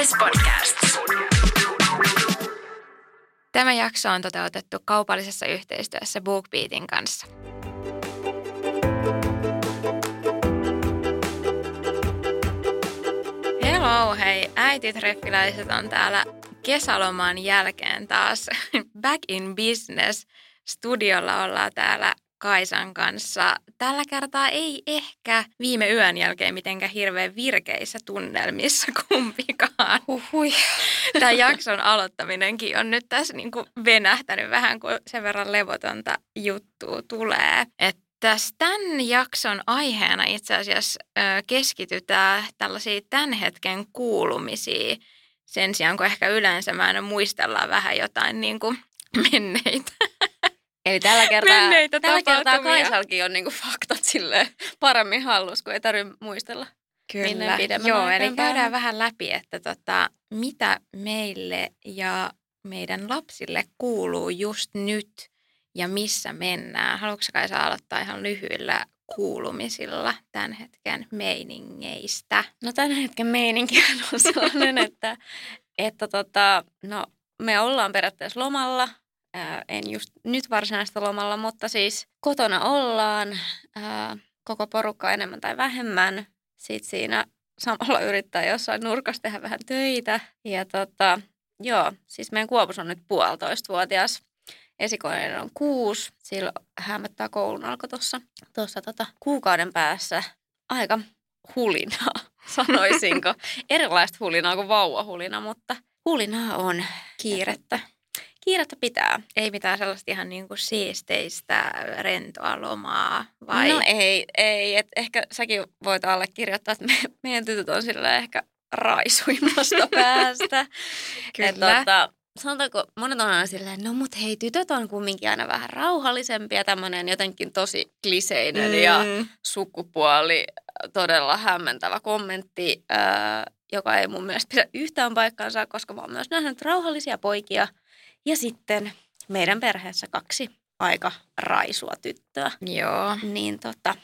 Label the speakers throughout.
Speaker 1: SBS Podcast.
Speaker 2: Tämä jakso on toteutettu kaupallisessa yhteistyössä BookBeatin kanssa. Hello, hei! Äititreffiläiset on täällä kesäloman jälkeen taas back in business. Studiolla ollaan täällä Kaisan kanssa. Tällä kertaa ei ehkä viime yön jälkeen mitenkään hirveän virkeissä tunnelmissa kumpikaan.
Speaker 3: Huhhui.
Speaker 2: Tämä jakson aloittaminenkin on nyt tässä niin kuin venähtänyt vähän, kun sen verran levotonta juttua tulee. Että tämän jakson aiheena itse asiassa keskitytään tällaisiin tämän hetken kuulumisiin sen sijaan, kun ehkä yleensä mä aina muistellaan vähän jotain niin kuin menneitä.
Speaker 3: Eli tällä kertaa Kaisalkin on niinku faktat silleen paremmin hallussa, kun ei tarvitse muistella.
Speaker 2: Kyllä, joo, eli käydään vähän läpi, että mitä meille ja meidän lapsille kuuluu just nyt ja missä mennään. Haluatko Kaisa aloittaa ihan lyhyillä kuulumisilla tämän hetken meiningeistä?
Speaker 3: No tämän hetken meininki on sellainen, että no me ollaan periaatteessa lomalla. En just nyt varsinaista lomalla, mutta siis kotona ollaan, koko porukka enemmän tai vähemmän. Sitten siinä samalla yrittää jossain nurkassa tehdä vähän töitä. Ja siis meidän Kuopus on nyt 1,5-vuotias. Esikoinen on 6. Sillä hämöttää koulun alkoi tuossa kuukauden päässä. Aika hulinaa, sanoisinko. Erilaista hulinaa kuin vauvahulina, mutta hulinaa on.
Speaker 2: Kiirettä.
Speaker 3: Kiirettä pitää.
Speaker 2: Ei mitään sellaista ihan niin kuin siisteistä rentoa lomaa, vai?
Speaker 3: No ei. Et ehkä säkin voit allekirjoittaa, että meidän tytöt on sillä ehkä raisuimmasta päästä.
Speaker 2: Kyllä.
Speaker 3: Sanotaanko, monet on aina silleen, no mut hei, tytöt on kumminkin aina vähän rauhallisempia, tämmöinen jotenkin tosi kliseinen ja sukupuoli todella hämmentävä kommentti, joka ei mun mielestä pidä yhtään paikkaansa, koska mä oon myös nähnyt rauhallisia poikia. Ja sitten meidän perheessä 2 aika raisua tyttöä.
Speaker 2: Joo.
Speaker 3: Niin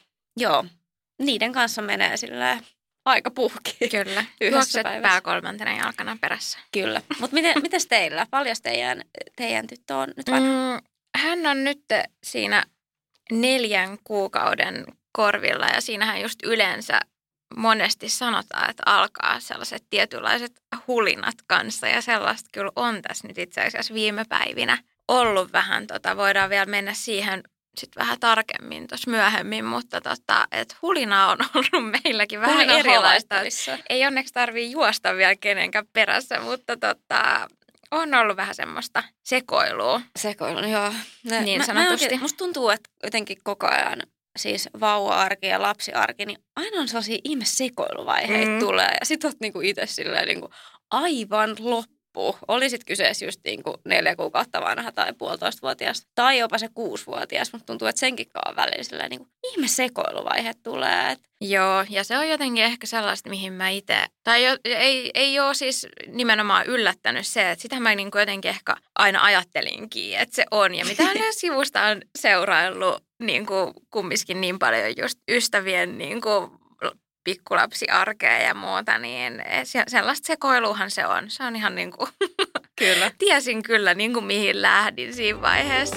Speaker 3: niiden kanssa menee silleen aika puhki.
Speaker 2: Kyllä.
Speaker 3: Yhdessä päivässä.
Speaker 2: Pää 3. jalkana perässä.
Speaker 3: Kyllä. Mutta mites teillä? Paljas teidän tyttö on nyt vanha?
Speaker 2: Hän on nyt siinä 4 kuukauden korvilla ja siinähän just yleensä monesti sanotaan, että alkaa sellaiset tietynlaiset hulinat kanssa ja sellaista kyllä on tässä nyt itse asiassa viime päivinä ollut vähän. Voidaan vielä mennä siihen sitten vähän tarkemmin tuossa myöhemmin, mutta että hulinaa on ollut meilläkin vähän
Speaker 3: Hulina
Speaker 2: erilaista. Ei onneksi tarvitse juosta vielä kenenkään perässä, mutta on ollut vähän semmoista sekoilua.
Speaker 3: Sekoilua, joo.
Speaker 2: Niin sanotusti.
Speaker 3: Musta tuntuu, että jotenkin koko ajan siis vauva-arki ja lapsiarki, niin aina on sellaisia ihme sekoiluvaiheita tulee. Ja sit oot niinku itse silleen niinku aivan loppu. Olisit kyseessä just niinku 4 kuukautta vanha tai 1,5-vuotias tai jopa se 6-vuotias. Musta tuntuu, että senkin on välillä silleen niinku ihme sekoiluvaiheet tulee.
Speaker 2: Joo, ja se on jotenkin ehkä sellaista, mihin mä itse, tai ei ole siis nimenomaan yllättänyt se, että sitähän mä niinku jotenkin ehkä aina ajattelinkin, että se on. Ja mitä ne sivusta on seuraillut niinku kumminkin niin paljon just ystävien niinku pikkulapsiarkea ja muuta, niin sellaista sekoiluhan se on. Se on ihan niin kuin,
Speaker 3: kyllä.
Speaker 2: Tiesin kyllä niin kuin mihin lähdin siinä vaiheessa.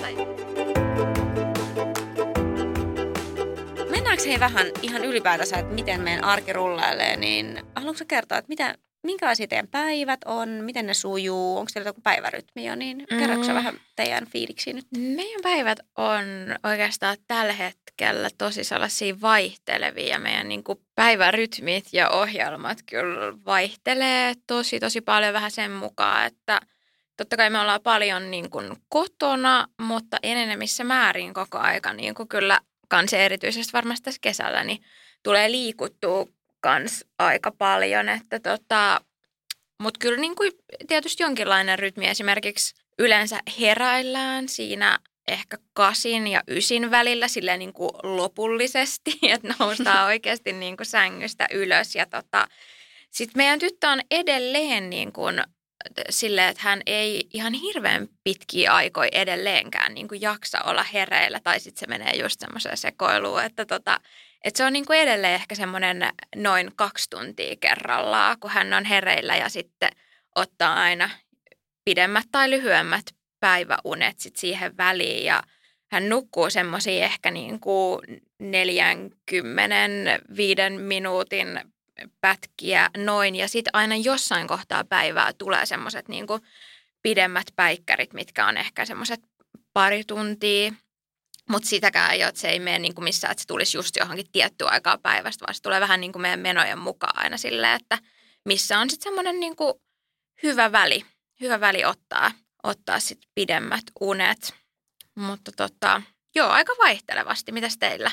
Speaker 3: Mennäänkö hei vähän ihan ylipäätänsä, että miten meidän arki rullailee, niin haluatko kertoa, että minkälaisia teidän päivät on, miten ne sujuu, onko teillä joku päivärytmi jo, niin kerroksä vähän teidän fiiliksiä nyt?
Speaker 2: Meidän päivät on oikeastaan tällä hetkellä tosi sellaisia vaihtelevia. Meidän niin kuin päivärytmit ja ohjelmat kyllä vaihtelee tosi paljon vähän sen mukaan, että totta kai me ollaan paljon niin kuin kotona, mutta enenevissä määrin koko aika niin kuin kyllä kans erityisesti varmasti tässä kesällä niin tulee liikuttua kans aika paljon, että mutta kyllä niin kuin tietysti jonkinlainen rytmi esimerkiksi yleensä heräillään siinä ehkä 8 ja 9 välillä silleen niin kuin lopullisesti, että noustaan oikeasti niin kuin sängystä ylös ja sitten meidän tyttö on edelleen niin kuin silleen, että hän ei ihan hirveän pitkiä aikoja edelleenkään niin kuin jaksa olla hereillä tai sitten se menee just semmoiseen sekoiluun, että että se on niin kuin edelleen ehkä semmoinen noin 2 tuntia kerrallaan, kun hän on hereillä ja sitten ottaa aina pidemmät tai lyhyemmät päiväunet sit siihen väliin ja hän nukkuu semmoisia ehkä niin kuin 45 minuutin pätkiä noin ja sitten aina jossain kohtaa päivää tulee semmoiset niin kuin pidemmät päikkärit, mitkä on ehkä semmoiset 2 tuntia, mutta sitäkään ei ole, että se ei mene niin kuin missään, että se tulisi just johonkin tiettyä aikaa päivästä, vaan se tulee vähän niin kuin meidän menojen mukaan aina silleen, että missä on sitten semmoinen niin kuin hyvä väli ottaa sitten pidemmät unet. Mutta joo, aika vaihtelevasti. Mitäs teillä?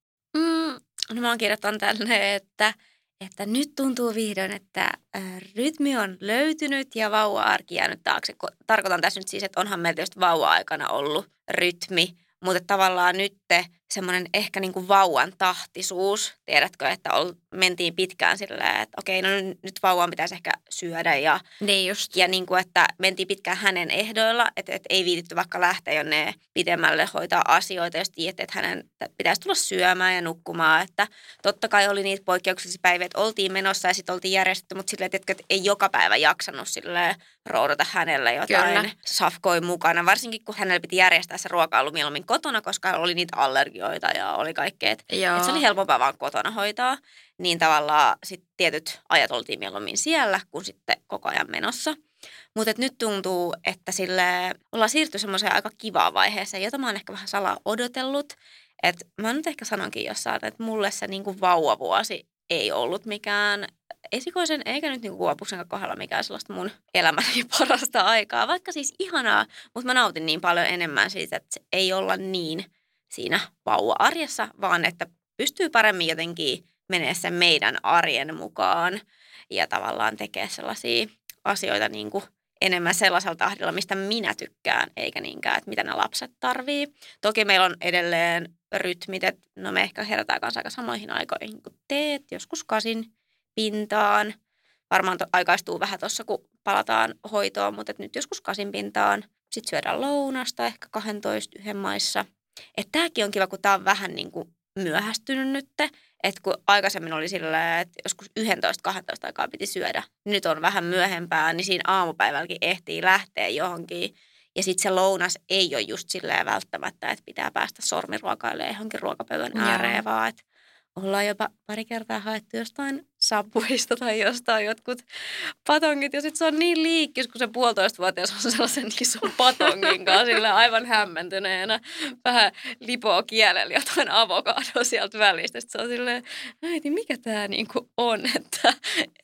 Speaker 3: No mä oon kirjoittanut tänne, että nyt tuntuu vihdoin, että rytmi on löytynyt ja vauva-arki jäänyt taakse. Tarkoitan tässä nyt siis, että onhan meillä tietysti vauva-aikana ollut rytmi, mutta tavallaan nyt semmoinen ehkä niin kuin vauvan tahtisuus. Tiedätkö, että mentiin pitkään silleen, että okei, no nyt vauvan pitäisi ehkä syödä ja,
Speaker 2: niin just.
Speaker 3: Ja niin kuin, että mentiin pitkään hänen ehdoilla, että ei viitytty vaikka lähteä jonne pidemmälle hoitaa asioita, jos tiedät, että hänen pitäisi tulla syömään ja nukkumaan. Että totta kai oli niitä poikkeuksellisia päiviä, että oltiin menossa ja sitten oltiin järjestetty, mutta silleen, että ei joka päivä jaksanut silleen roudata hänelle jotain safkoi mukana. Varsinkin, kun hänelle piti järjestää se ruokailu mieluummin kotona, koska oli niitä allergioita ja oli kaikkea. Että se oli helpompaa vaan kotona hoitaa. Niin tavallaan sitten tietyt ajat oltiin mieluummin siellä, kuin sitten koko ajan menossa. Mutta nyt tuntuu, että sille ollaan siirtynyt semmoiseen aika kivaan vaiheeseen, jota mä oon ehkä vähän salaa odotellut. Että mä nyt ehkä sanonkin jossain, että mulle se niinku vauvavuosi ei ollut mikään esikoisen, eikä nyt niinku Kuopuksen kohdalla mikään sellaista mun elämäni parasta aikaa. Vaikka siis ihanaa, mutta mä nautin niin paljon enemmän siitä, että se ei olla niin siinä vauva-arjessa, vaan että pystyy paremmin jotenkin menee sen meidän arjen mukaan ja tavallaan tekee sellaisia asioita niin kuin enemmän sellaisella tahdilla, mistä minä tykkään, eikä niinkään, että mitä ne lapset tarvii. Toki meillä on edelleen rytmit, että no me ehkä herätään kanssa aika samoihin aikoihin kuin teet, joskus 8 pintaan. Varmaan aikaistuu vähän tuossa, kun palataan hoitoon, mutta nyt joskus 8 pintaan. Sitten syödään lounasta ehkä 12 yhden maissa. Että tämäkin on kiva, kun tämä on vähän niin kuin myöhästynyt nyt. Että kun aikaisemmin oli sillä, että joskus 11-12 aikaa piti syödä, nyt on vähän myöhempää, niin siinä aamupäivälläkin ehtii lähteä johonkin. Ja sitten se lounas ei ole just silleen välttämättä, että pitää päästä sormiruokailemaan johonkin ruokapöydän ääreen, vaan että ollaan jopa pari kertaa haettu jostain Subwaysta tai jostain jotkut patongit. Ja sitten se on niin liikkis, kun se 1,5-vuotias on sellaisen ison patongin kanssa sillä aivan hämmentyneenä. Vähän lipoo kielellä jotain avokadoa sieltä välistä. Sitten se on silleen, äiti, mikä tämä niinku on? Että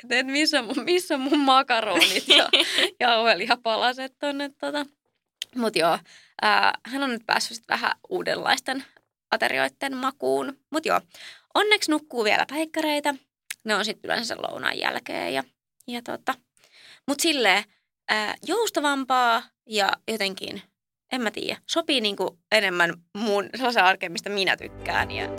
Speaker 3: missä mun makaronit ja jauhelihapalaset on. Mutta joo, hän on nyt päässyt sit vähän uudenlaisten aterioiden makuun. Mutta joo, onneksi nukkuu vielä päikkäreitä. Ne on sitten yleensä sen lounaan jälkeen. Mutta silleen joustavampaa ja jotenkin, en mä tiedä, sopii niinku enemmän mun sellaisen arkeen, mistä minä tykkään. Ja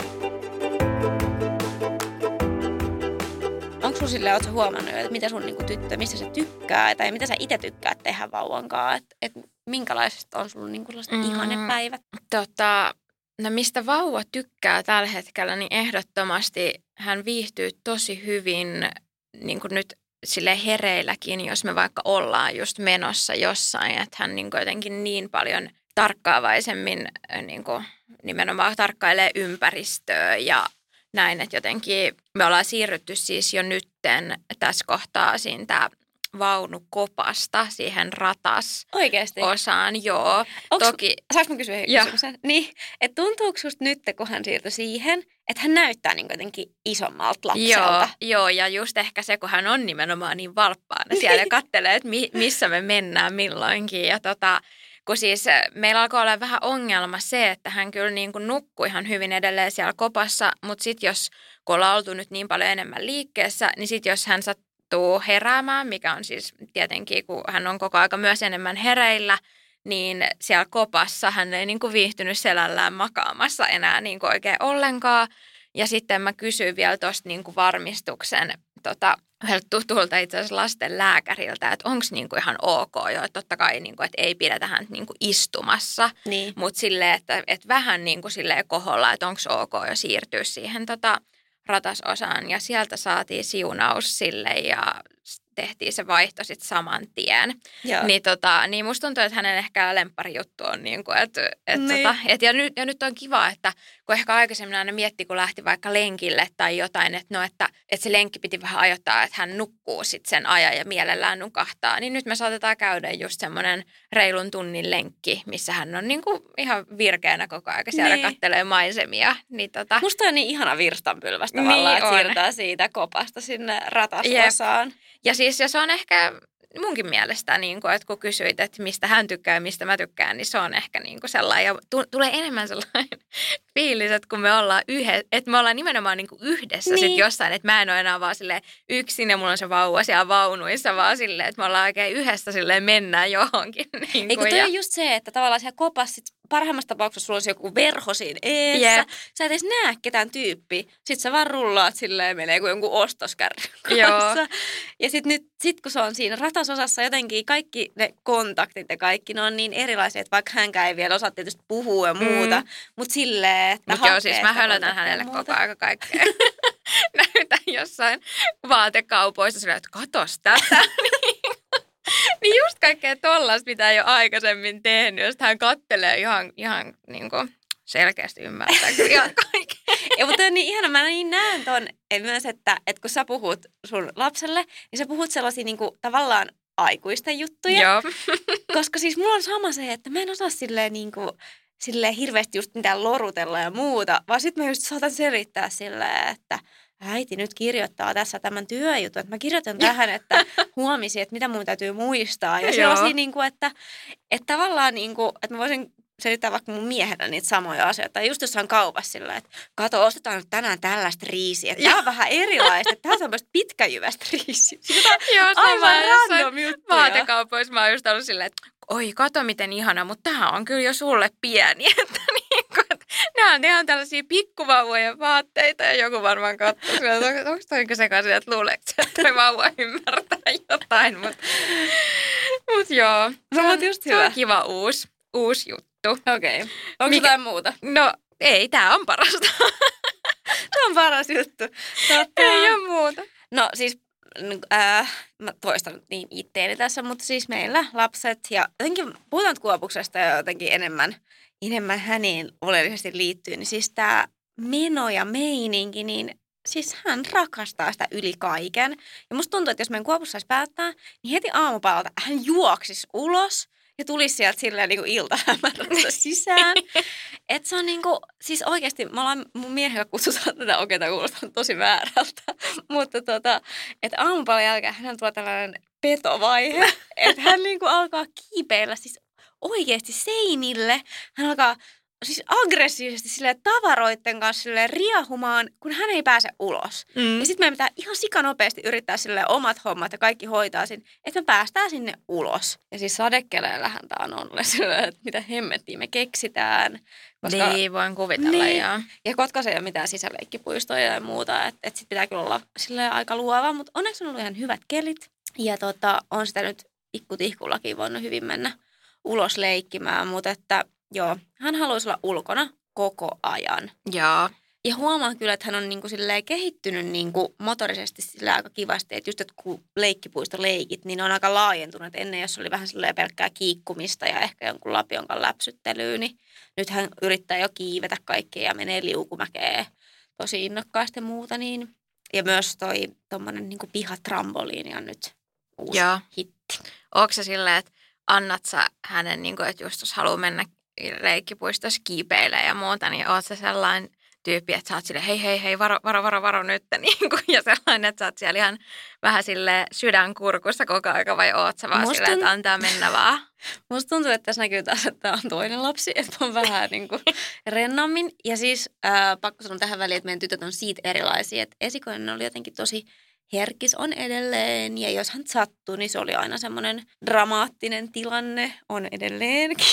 Speaker 3: onko sun silleen, ootko sä huomannut, että mitä sun niinku tyttö, mistä se tykkää tai mitä sä itse tykkäät tehdä vauvankaan? Että minkälaisesta on sulla niinku ihannepäivät?
Speaker 2: No mistä vauva tykkää tällä hetkellä, niin ehdottomasti hän viihtyy tosi hyvin niin kuin nyt sille hereilläkin, jos me vaikka ollaan just menossa jossain, että hän niin kuin jotenkin niin paljon tarkkaavaisemmin niin kuin nimenomaan tarkkailee ympäristöä ja näin, että jotenkin me ollaan siirrytty siis jo nytten tässä kohtaa siitä vaunukopasta siihen ratasosaan, joo.
Speaker 3: Toki. Saanko mä kysyä kysymyksen? Niin, että tuntuuko susta nyt, kun hän siirtyi siihen, että hän näyttää niin jotenkin isommalta lapselta?
Speaker 2: Joo, ja just ehkä se, kun hän on nimenomaan niin valppaana siellä ja katselee, että missä me mennään milloinkin. Ja kun siis meillä alkoi olla vähän ongelma se, että hän kyllä niin kuin nukkui ihan hyvin edelleen siellä kopassa, mutta sitten kun ollaan oltu nyt niin paljon enemmän liikkeessä, niin sitten jos hän heräämään, mikä on siis tietenkin, kun hän on koko aika myös enemmän hereillä, niin siellä kopassa hän ei niin kuin viihtynyt selällään makaamassa enää niin kuin oikein ollenkaan. Ja sitten mä kysyin vielä tuosta niin kuin varmistuksen yhdeltä tutulta itse asiassa lasten lääkäriltä, että onko niinku ihan ok jo, että totta kai niinku, että ei pidetä häntä niinku istumassa,
Speaker 3: Niin.
Speaker 2: mutta silleen, että vähän niinku silleen koholla, että onko ok jo siirtyä siihen ratasosaan ja sieltä saatiin siunaus sille ja tehtiin se vaihto sitten saman tien. Niin musta tuntuu, että hänen ehkä lempparijuttu on niinku, ja nyt on kiva, että kun ehkä aikaisemmin aina mietti, kun lähti vaikka lenkille tai jotain, että se lenkki piti vähän ajoittaa, että hän nukkuu sitten sen ajan ja mielellään nukahtaa, niin nyt me saatetaan käydä just semmoinen reilun tunnin lenkki, missä hän on niinku ihan virkeänä koko ajan siellä kattelee maisemia.
Speaker 3: Musta on niin ihana virstanpylväs tavallaan, että siirtää siitä kopasta sinne ratasosaan.
Speaker 2: Ja siis ja se on ehkä munkin mielestä, niin kuin, että kun kysyit, että mistä hän tykkää ja mistä mä tykkään, niin se on ehkä niin kuin sellainen. Ja tulee enemmän sellainen fiilis, että kun me ollaan että me ollaan nimenomaan niin kuin yhdessä sit jossain, että mä en ole enää vaan silleen yksin ja mulla on se vauva siellä vaunuissa, vaan silleen, että me ollaan oikein yhdessä silleen mennään johonkin. Niin
Speaker 3: eikö toi on just se, että tavallaan siellä kopassa sit parhaimmassa tapauksessa sulla olisi joku verho siinä eessä. Yep. Sä et edes näe ketään tyyppiä. Sitten sä vaan rullaat silleen menee kuin jonkun ostoskärryn kanssa. Ja sit kun se on siinä ratasosassa jotenkin kaikki ne kontaktit ja kaikki, ne on niin erilaisia, että vaikka hänkään ei vielä osaa tietysti puhua ja muuta. Mutta silleen, että
Speaker 2: joo, siis mä hölötän hänelle koko ajan kaikkea. Näytän jossain vaatekaupoissa silleen, että katos tätä. Niin just kaikkea tollaista, mitä ei ole aikaisemmin tehnyt, jos hän kattelee ihan niin kuin selkeästi ymmärtää kyllä ihan kaikkea.
Speaker 3: Ja mutta on niin ihana, mä niin näen ton myös, että kun sä puhut sun lapselle, niin sä puhut sellaisia niin kuin tavallaan aikuisten juttuja.
Speaker 2: Joo.
Speaker 3: Koska siis mulla on sama se, että mä en osaa silleen hirveästi just mitään lorutella ja muuta, vaan sit mä just saatan selittää silleen, että äiti nyt kirjoittaa tässä tämän työjutun, että mä kirjoitan tähän, että huomisin, että mitä mun täytyy muistaa. Ja sellaisia, niin kuin, että tavallaan, niin kuin, että mä voisin selittää vaikka mun miehellä niitä samoja asioita. Tai just jossain kaupassa sillä, että kato, ostetaan nyt tänään tällaista riisiä. Tämä on vähän erilaista, että tämä on semmoista pitkäjyvästä riisiä.
Speaker 2: Joo,
Speaker 3: aivan random juttuja.
Speaker 2: Vaatekaupoissa mä oon just ollut silleen, että oi, kato miten ihana, mutta tämä on kyllä jo sulle pieni. Että nämä on ihan tällaisia pikkuvauvojen vaatteita ja joku varmaan katsoo, että onko toi sekaisin, että luuleeko, että toi vauva ymmärtää jotain. Mutta joo, se on kiva uusi juttu.
Speaker 3: Okei. Onko jotain muuta?
Speaker 2: No ei, tää on parasta.
Speaker 3: Tämä on paras juttu.
Speaker 2: Ei ole muuta.
Speaker 3: No siis, mä toistan niin itteeni tässä, mutta siis meillä lapset ja jotenkin puhutaan Kuopuksesta ja jotenkin enemmän häneen oleellisesti liittyy, niin siis tämä meno ja meininki, niin siis hän rakastaa sitä yli kaiken. Ja musta tuntuu, että jos meidän Kuopussa saisi päättää, niin heti aamupäivältä hän juoksisi ulos ja tulisi sieltä silleen niin kuin iltahämärässä sisään. Että se on niin kuin, siis oikeasti, mun miehellä kutsutaan tätä oikeaa kuulostaa tosi väärältä, mutta että aamupäivän jälkeen hän tulee tällainen petovaihe, että hän niin kuin alkaa kiipeillä siis oikeasti seinille. Hän alkaa siis aggressiivisesti silleen tavaroitten kanssa silleen riehumaan, kun hän ei pääse ulos. Ja sitten meidän pitää ihan sikanopeasti yrittää silleen omat hommat ja kaikki hoitaa sinne, että me päästään sinne ulos. Ja siis sadekeleellähän tämä on ollut silleen, että mitä hemmettiä me keksitään.
Speaker 2: Koska, niin, voin kuvitella, joo.
Speaker 3: Ja Kotkassa ei ole mitään sisäleikkipuistoja ja muuta, että sit pitää kyllä olla silleen aika luova, mutta onneksi on ollut ihan hyvät kelit. Ja on sitä nyt pikkutihkullakin voinut hyvin mennä ulos leikkimään, mutta että joo, hän haluaisi olla ulkona koko ajan.
Speaker 2: Joo.
Speaker 3: Ja huomaan kyllä, että hän on niinku silleen kehittynyt niinku motorisesti silleen aika kivasti, että just että kun leikkipuistoleikit, niin ne on aika laajentunut. Ennen jos oli vähän silleen pelkkää kiikkumista ja ehkä jonkun lapionkan läpsyttelyä, niin nyt hän yrittää jo kiivetä kaikkea ja menee liukumäkeen tosi innokkaasti ja muuta. Niin. Ja myös toi tommonen niinku pihatrampoliini on nyt uusi hitti.
Speaker 2: Onko se silleen, että annat sä hänen, niin kuin, että just jos haluaa mennä leikkipuistossa kiipeilemään ja muuta, niin oot sä sellainen tyyppi, että sä oot silleen, hei, varo nyt, niin kuin, ja sellainen, että sä oot siellä ihan vähän silleen sydänkurkussa koko aika, vai oot sä vaan silleen, että antaa mennä vaan?
Speaker 3: Musta tuntuu, että tässä näkyy taas, että on toinen lapsi, että on vähän niin kuin rennommin. Ja siis pakko sanoa tähän väliin, että meidän tytöt on siitä erilaisia, että esikoinen oli jotenkin tosi herkis on edelleen, ja jos hän sattui, niin se oli aina semmoinen dramaattinen tilanne, on edelleenkin.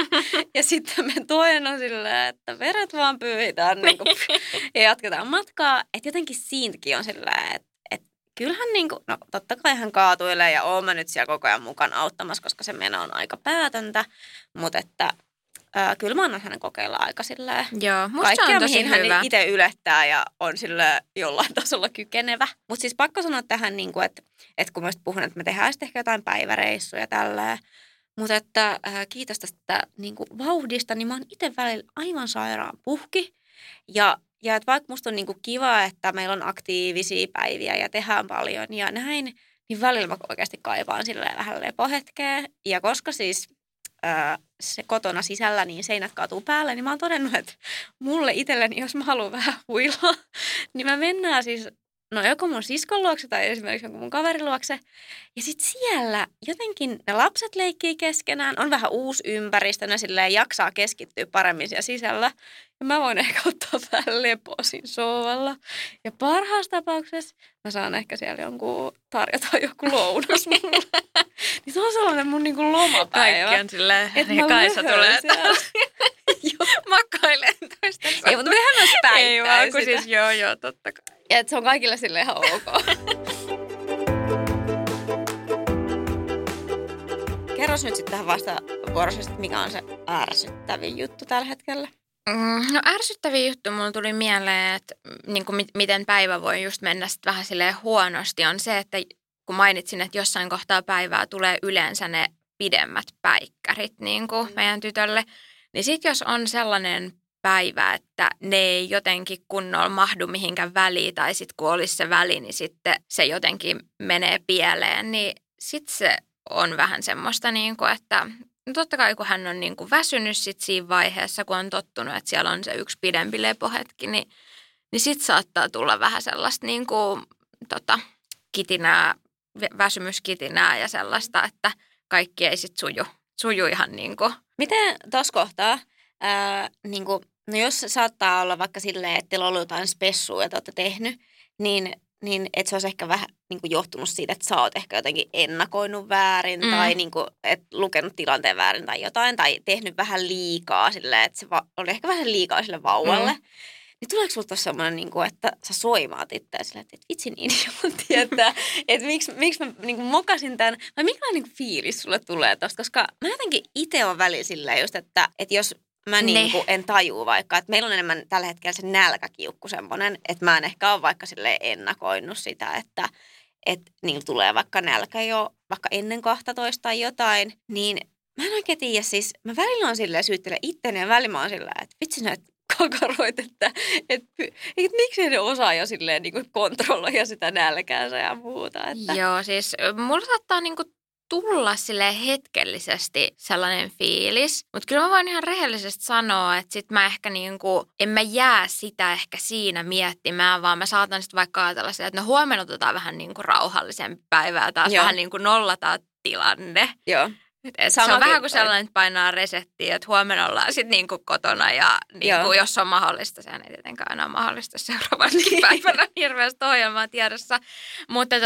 Speaker 3: Ja sitten me toinen on silleen, että veret vaan pyyhitään niin kuin, ja jatketaan matkaa. Että jotenkin siinäkin on silleen, että kyllähän niinku, no totta kai hän kaatuilee ja oon mä nyt siellä koko ajan mukana auttamassa, koska se meno on aika päätöntä, mutta että kyllä mä annan hänen kokeilla aika silleen
Speaker 2: Joo, musta
Speaker 3: kaikkea,
Speaker 2: se on tosi
Speaker 3: mihin
Speaker 2: hyvä.
Speaker 3: hän itse ylettää ja on silleen jollain tasolla kykenevä. Mutta siis pakko sanoa tähän, niinku, että kun mä puhun, että me tehdään sitten ehkä jotain päiväreissuja tälleen, mutta että kiitos tästä niinku vauhdista, niin mä oon itse välillä aivan sairaan puhki. Ja että vaikka musta on niinku kiva, että meillä on aktiivisia päiviä ja tehdään paljon ja näin, niin välillä mä oikeasti kaipaan silleen vähän lepohetkeä. Ja koska siis se kotona sisällä niin seinät kaatuu päälle, niin mä oon todennut, että mulle itselleni, jos mä haluan vähän huilaa, niin mä mennään siis joko mun siskon luokse tai esimerkiksi jonkun mun kaverin luokse. Ja sitten siellä jotenkin ne lapset leikkii keskenään, on vähän uusi ympäristö, ne silleen jaksaa keskittyä paremmin siellä sisällä. Ja mä voin ehkä ottaa vähän lepoa siinä sohvalla. Ja parhaassa tapauksessa mä saan ehkä siellä tarjota joku lounas mulle. Niin se on sellainen mun niinku lomapäivä.
Speaker 2: Kaikki on silleen,
Speaker 3: että
Speaker 2: Kaisa tulee makailen toista.
Speaker 3: Ei, mutta mehän myös päittää
Speaker 2: ei vaan, kun
Speaker 3: sitä.
Speaker 2: siis joo, totta kai.
Speaker 3: Ja että se on kaikille silleen ihan ok. Kerros nyt sitten tähän vastavuoroisesti, että mikä on se ärsyttävin juttu tällä hetkellä.
Speaker 2: No ärsyttävin juttu mulla tuli mieleen, että niin kuin miten päivä voi just mennä sitten vähän silleen huonosti, on se, että kun mainitsin, että jossain kohtaa päivää tulee yleensä ne pidemmät päikkärit niin kuin meidän tytölle, niin sitten jos on sellainen päivä, että ne ei jotenkin kunnolla mahdu mihinkään väliin, tai sitten kun olisi se väli, niin sitten se jotenkin menee pieleen, niin sitten se on vähän semmoista, niin kuin, että no totta kai kun hän on niin kuin väsynyt sit siinä vaiheessa, kun on tottunut, että siellä on se yksi pidempi lepohetki, niin sitten saattaa tulla vähän sellaista niin kuin, kitinää, väsymyskitinää ja sellaista, että kaikki ei sitten suju ihan niin kuin.
Speaker 3: Miten tuossa kohtaa, niin kuin, no jos saattaa olla vaikka silleen, että teillä on ollut jotain spessua, jota olette tehnyt, niin että se olisi ehkä vähän niin kuin johtunut siitä, että sä oot ehkä jotenkin ennakoinut väärin tai niin kuin, et lukenut tilanteen väärin tai jotain tai tehnyt vähän liikaa silleen, että se oli ehkä vähän liikaa sille vauvalle. Niin tuleeko sulla tuossa semmoinen, niin kuin, että sä soimaat itseä silleen, että vitsi niin idiotti, että miksi mä niin kuin mokasin tämän, vai millainen niin fiilis sulle tulee tosta, koska mä jotenkin itse on välillä silleen just, että jos mä niin kuin en tajuu vaikka, että meillä on enemmän tällä hetkellä se nälkäkiukku semmoinen, että mä en ehkä ole vaikka silleen ennakoinut sitä, että niillä tulee vaikka nälkä jo vaikka ennen 12 tai jotain, niin mä en oikein tiedä, siis mä välillä on silleen syyttelen itteni ja välillä mä oon silleen, että vitsi näet kakaroit, että miksi ne osaa jo silleen niin kuin kontrolloida sitä nälkäänsä ja muuta. Että.
Speaker 2: Joo, siis mulla saattaa niin kuin tulla silleen hetkellisesti sellainen fiilis, mutta kyllä mä voin ihan rehellisesti sanoa, että sit mä ehkä niinku, en mä jää sitä ehkä siinä miettimään, vaan mä saatan sitten vaikka ajatella sitä, että no huomenna otetaan vähän niinku rauhallisempi päivä ja taas vähän niinku nollataan tilanne.
Speaker 3: Joo.
Speaker 2: Se on vähän kuin sellainen, että painaa resettiä, että huomenna ollaan sitten niinku kotona ja niinku, jos on mahdollista, sehän ei tietenkään aina ole mahdollista seuraavankin päivänä hirveästi ohjelmaa tiedossa, mutta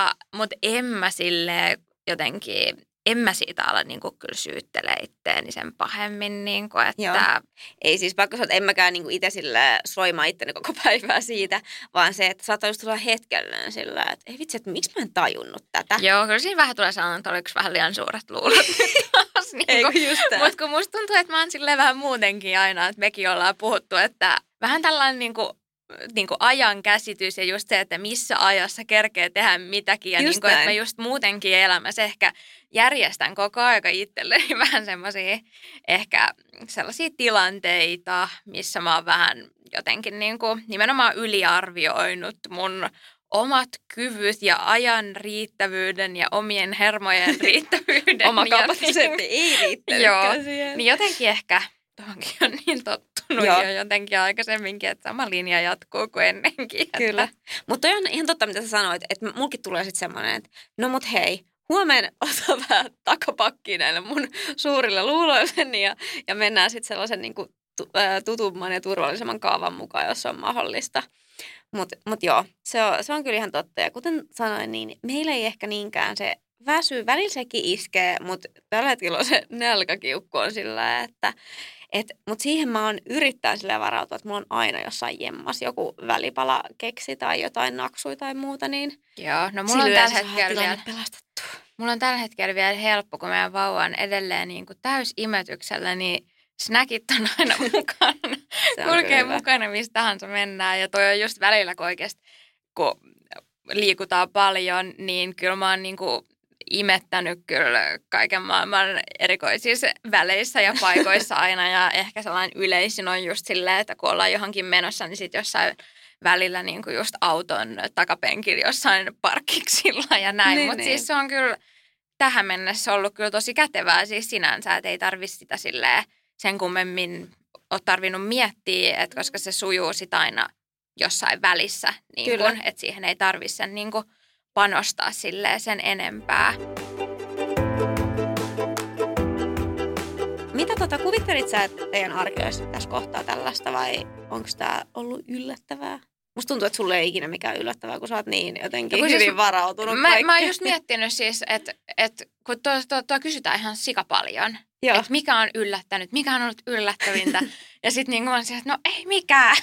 Speaker 2: en mä silleen jotenkin, en mä siitä ala niinku kyllä syyttele itteeni sen pahemmin, niinku, että.
Speaker 3: Joo. Ei siis pakko sanoa, että en mäkään niinku itse sillä soimaa itteni koko päivää siitä, vaan se, että saattaa just tulla hetkellinen sillä, että ei vitsi, että miksi mä en tajunnut tätä.
Speaker 2: Joo, kyllä siinä vähän tulee sanoa, että oliko vähän liian suuret luulot nyt taas. Mutta kun musta tuntuu, että mä oon silleen vähän muutenkin aina, että mekin ollaan puhuttu, että vähän tällainen niinku ajan käsitys ja just se, että missä ajassa kerkee tehdä mitäkin. Ja niinku, että mä just muutenkin elämässä ehkä järjestän koko aika itselleni vähän semmoisia ehkä sellaisia tilanteita, missä mä oon vähän jotenkin niinku nimenomaan yliarvioinut mun omat kyvyt ja ajan riittävyyden ja omien hermojen riittävyyden.
Speaker 3: Oma kapasiteetti ei riittänytkään siihen.
Speaker 2: Niin jotenkin ehkä tuohonkin on niin tottunut jo jotenkin aikaisemminkin, että sama linja jatkuu kuin ennenkin.
Speaker 3: Kyllä. Mutta on ihan totta, mitä sä sanoit, että mulkin tulee sitten semmoinen, että no mut hei, huomenna ota vähän takapakkiin näille mun suurille luuloilleni ja mennään sitten sellaisen niin kuin tutumman ja turvallisemman kaavan mukaan, jos on mahdollista. Mut joo, se on kyllä ihan totta. Ja kuten sanoin, niin meillä ei ehkä niinkään se väsy, välillä sekin iskee, mutta tällä hetkellä on se nälkäkiukku on sillä, että Mutta siihen mä oon yrittänyt silleen varautua, että mulla on aina jossain jemmas joku välipala keksi tai jotain naksui tai muuta, niin
Speaker 2: Joo, no mulla on tällä hetkellä vielä helppo, kun meidän vauva on edelleen niin kuin täysimetyksellä, niin snackit on aina mukana. Kulkee mukana, mistä tahansa mennään. Ja toi on just välillä, kun oikeasti, kun liikutaan paljon, niin kyllä mä oon niin kuin imettänyt kyllä kaiken maailman erikoisissa väleissä ja paikoissa aina. Ja ehkä sellainen yleisin on just silleen, että kun ollaan johonkin menossa, niin sitten jossain välillä niin kuin just auton takapenkillä jossain parkkiksilla ja näin. Mutta siis se on kyllä tähän mennessä ollut kyllä tosi kätevää siis sinänsä, että ei tarvitse sitä silleen sen kummemmin ole tarvinnut miettiä, että koska se sujuu sitä aina jossain välissä, niin kun, että siihen ei tarvitse sen niin kun panostaa silleen sen enempää.
Speaker 3: Mitä kuvittelit sä, että teidän arki olisi tässä kohtaa tällaista vai onko tämä ollut yllättävää? Musta tuntuu, että sulle ei ikinä mikään yllättävää, kun sä oot niin jotenkin hyvin siis varautunut
Speaker 2: mä oon just miettinyt siis, että kun tuo kysytään ihan sikapaljon, että mikä on yllättänyt, mikä on ollut yllättävintä. Ja sitten niin mä oon että no ei mikään.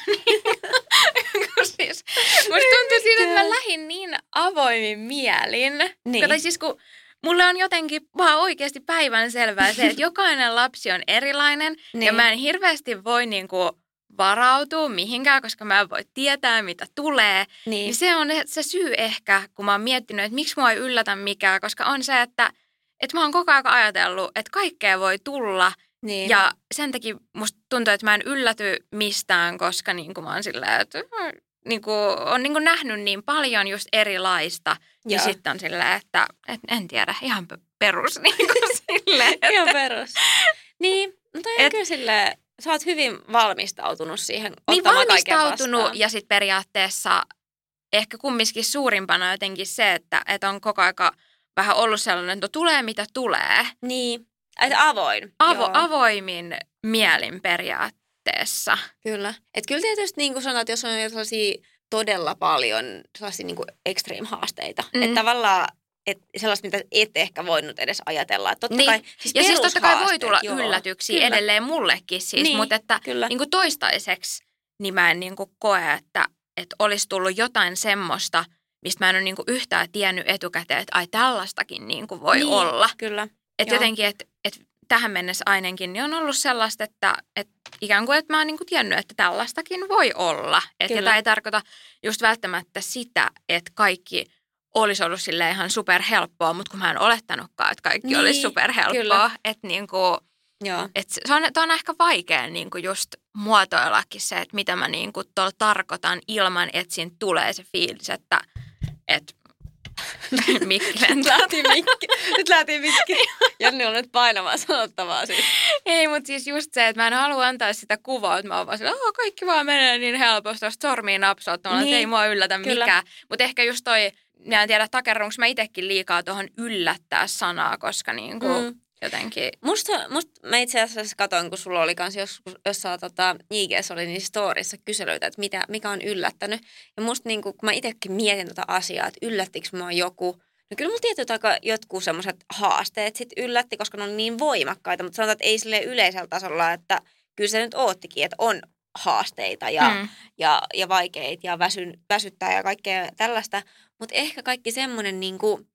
Speaker 2: Siis, musta tuntuu siinä, että mä lähdin niin avoimin mielin.
Speaker 3: Niin.
Speaker 2: Tai siis kun mulle on jotenkin vaan oikeasti päivänselvää se, että jokainen lapsi on erilainen.
Speaker 3: Niin.
Speaker 2: Ja mä en hirveästi voi niinku varautua mihinkään, koska mä en voi tietää, mitä tulee. Niin se on se syy ehkä, kun mä oon miettinyt, että miksi mua ei yllätä mikään, koska on se, että mä oon koko ajan ajatellut, että kaikkea voi tulla.
Speaker 3: Niin.
Speaker 2: Ja sen takia musta tuntuu, että mä en ylläty mistään, koska niin kuin mä oon silleen, että niin kuin, on niin kuin nähnyt niin paljon just erilaista. Ja sitten on silleen, että en tiedä, ihan perus. Niin kuin silleen, että
Speaker 3: ihan perus. Niin, mutta on kyllä silleen, sä oot hyvin valmistautunut siihen ottamaan kaiken vastaan.
Speaker 2: Niin valmistautunut ja sitten periaatteessa ehkä kumminkin suurimpana jotenkin se, että on koko aika vähän ollut sellainen, että tulee mitä tulee.
Speaker 3: Niin, että avoin.
Speaker 2: Avoimin mielin periaatteessa.
Speaker 3: Kyllä. Että kyllä tietysti niin kuin sanotaan, että jos on sellaisia todella paljon sellaisia niin kuin extreme-haasteita, että tavallaan että sellaista, mitä et ehkä voinut edes ajatella. Että totta kai,
Speaker 2: siis totta kai voi tulla yllätyksiä edelleen mullekin siis, mutta että niin kuin toistaiseksi niin mä en niin kuin koe, että olisi tullut jotain semmoista, mistä mä en ole niin kuin yhtään tiennyt etukäteen, että ai tällaistakin niin kuin voi olla.
Speaker 3: Kyllä.
Speaker 2: Että jotenkin, että tähän mennessä ainakin niin on ollut sellaista, että ikään kuin, että mä oon niin kuin tiennyt, että tällaistakin voi olla. Että tämä ei tarkoita just välttämättä sitä, että kaikki olisi ollut silleen ihan superhelppoa, mutta kun mä en olettanutkaan, että kaikki olisi superhelppoa. Että niin kuin, että se on ehkä vaikea niin kuin just muotoillakin se, että mitä mä niin kuin tuolla tarkoitan ilman, että siinä tulee se fiilis, että mikki lentää.
Speaker 3: Nyt lähti mikki. Janni on nyt painavaa sanottavaa siis.
Speaker 2: Ei, mutta siis just se, että mä en halua antaa sitä kuvaa, että mä oon vaan sillä, kaikki vaan menee niin helposti, jos sormiin napsauttamalla, että ei mua yllätä mikään. Mutta ehkä just toi, mä en tiedä, takerrunko mä itsekin liikaa tuohon yllättää sanaa, koska niinku jotenkin.
Speaker 3: Musta mä itse asiassa katsoin, kun sulla oli kans jossain IGS oli niissä storissa kyselyitä, että mikä on yllättänyt. Ja musta niinku, kun mä itsekin mietin tota asiaa, että yllättikö mua joku. No kyllä mulla tietyt aika jotkut semmoiset haasteet sit yllätti, koska ne on niin voimakkaita. Mutta sanotaan, että ei sille yleisellä tasolla, että kyllä se nyt oottikin, että on haasteita ja vaikeita ja väsyttää ja kaikkea tällaista. Mutta ehkä kaikki semmoinen niinku,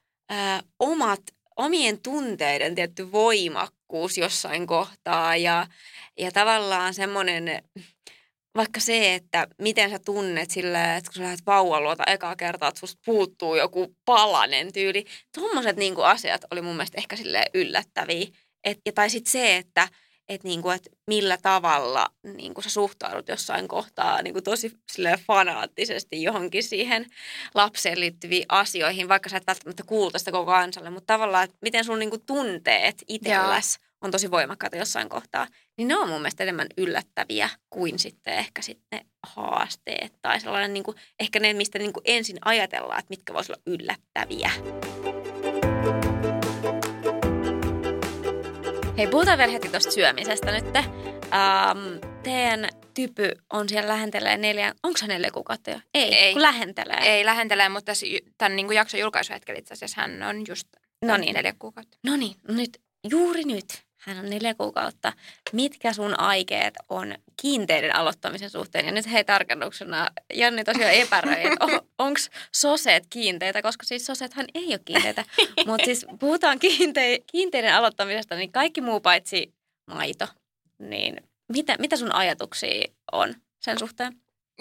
Speaker 3: omien tunteiden tietty voimakkuus jossain kohtaa ja tavallaan semmoinen, vaikka se, että miten sä tunnet silleen, että kun sä lähdet vauvan luota ekaa kertaa, että susta puuttuu joku palanen tyyli. Tommoset niinku asiat oli mun mielestä ehkä silleen yllättäviä. Tai sitten se, että millä tavalla niinku sä suhtaudut jossain kohtaa niinku tosi fanaattisesti johonkin siihen lapseen liittyviin asioihin, vaikka sä et välttämättä kuulta sitä koko kansalle, mutta tavallaan, että miten sun niinku tunteet itselläs on tosi voimakkaita jossain kohtaa, niin ne on mun mielestä enemmän yllättäviä kuin sitten ehkä sitten haasteet tai sellainen niinku, ehkä ne, mistä niinku ensin ajatellaan, että mitkä voisi olla yllättäviä. Hei, puhutaan vielä heti tuosta syömisestä nyt. Teidän typy on siellä lähentelee 4, onko se 4 kuukautta jo? Ei, kun lähentelee.
Speaker 2: Ei lähentelee, mutta tämän niin kuin jakson julkaisuhetkellä itse asiassa hän on just 4 kuukautta.
Speaker 3: No niin, juuri nyt hän on 4 kuukautta. Mitkä sun aikeet on kiinteiden aloittamisen suhteen? Ja nyt hei tarkennuksena, Janni tosiaan epäröi, että onko soseet kiinteitä, koska siis soseethan ei ole kiinteitä. Mutta siis puhutaan kiinteiden aloittamisesta, niin kaikki muu paitsi maito. Niin mitä sun ajatuksia on sen suhteen?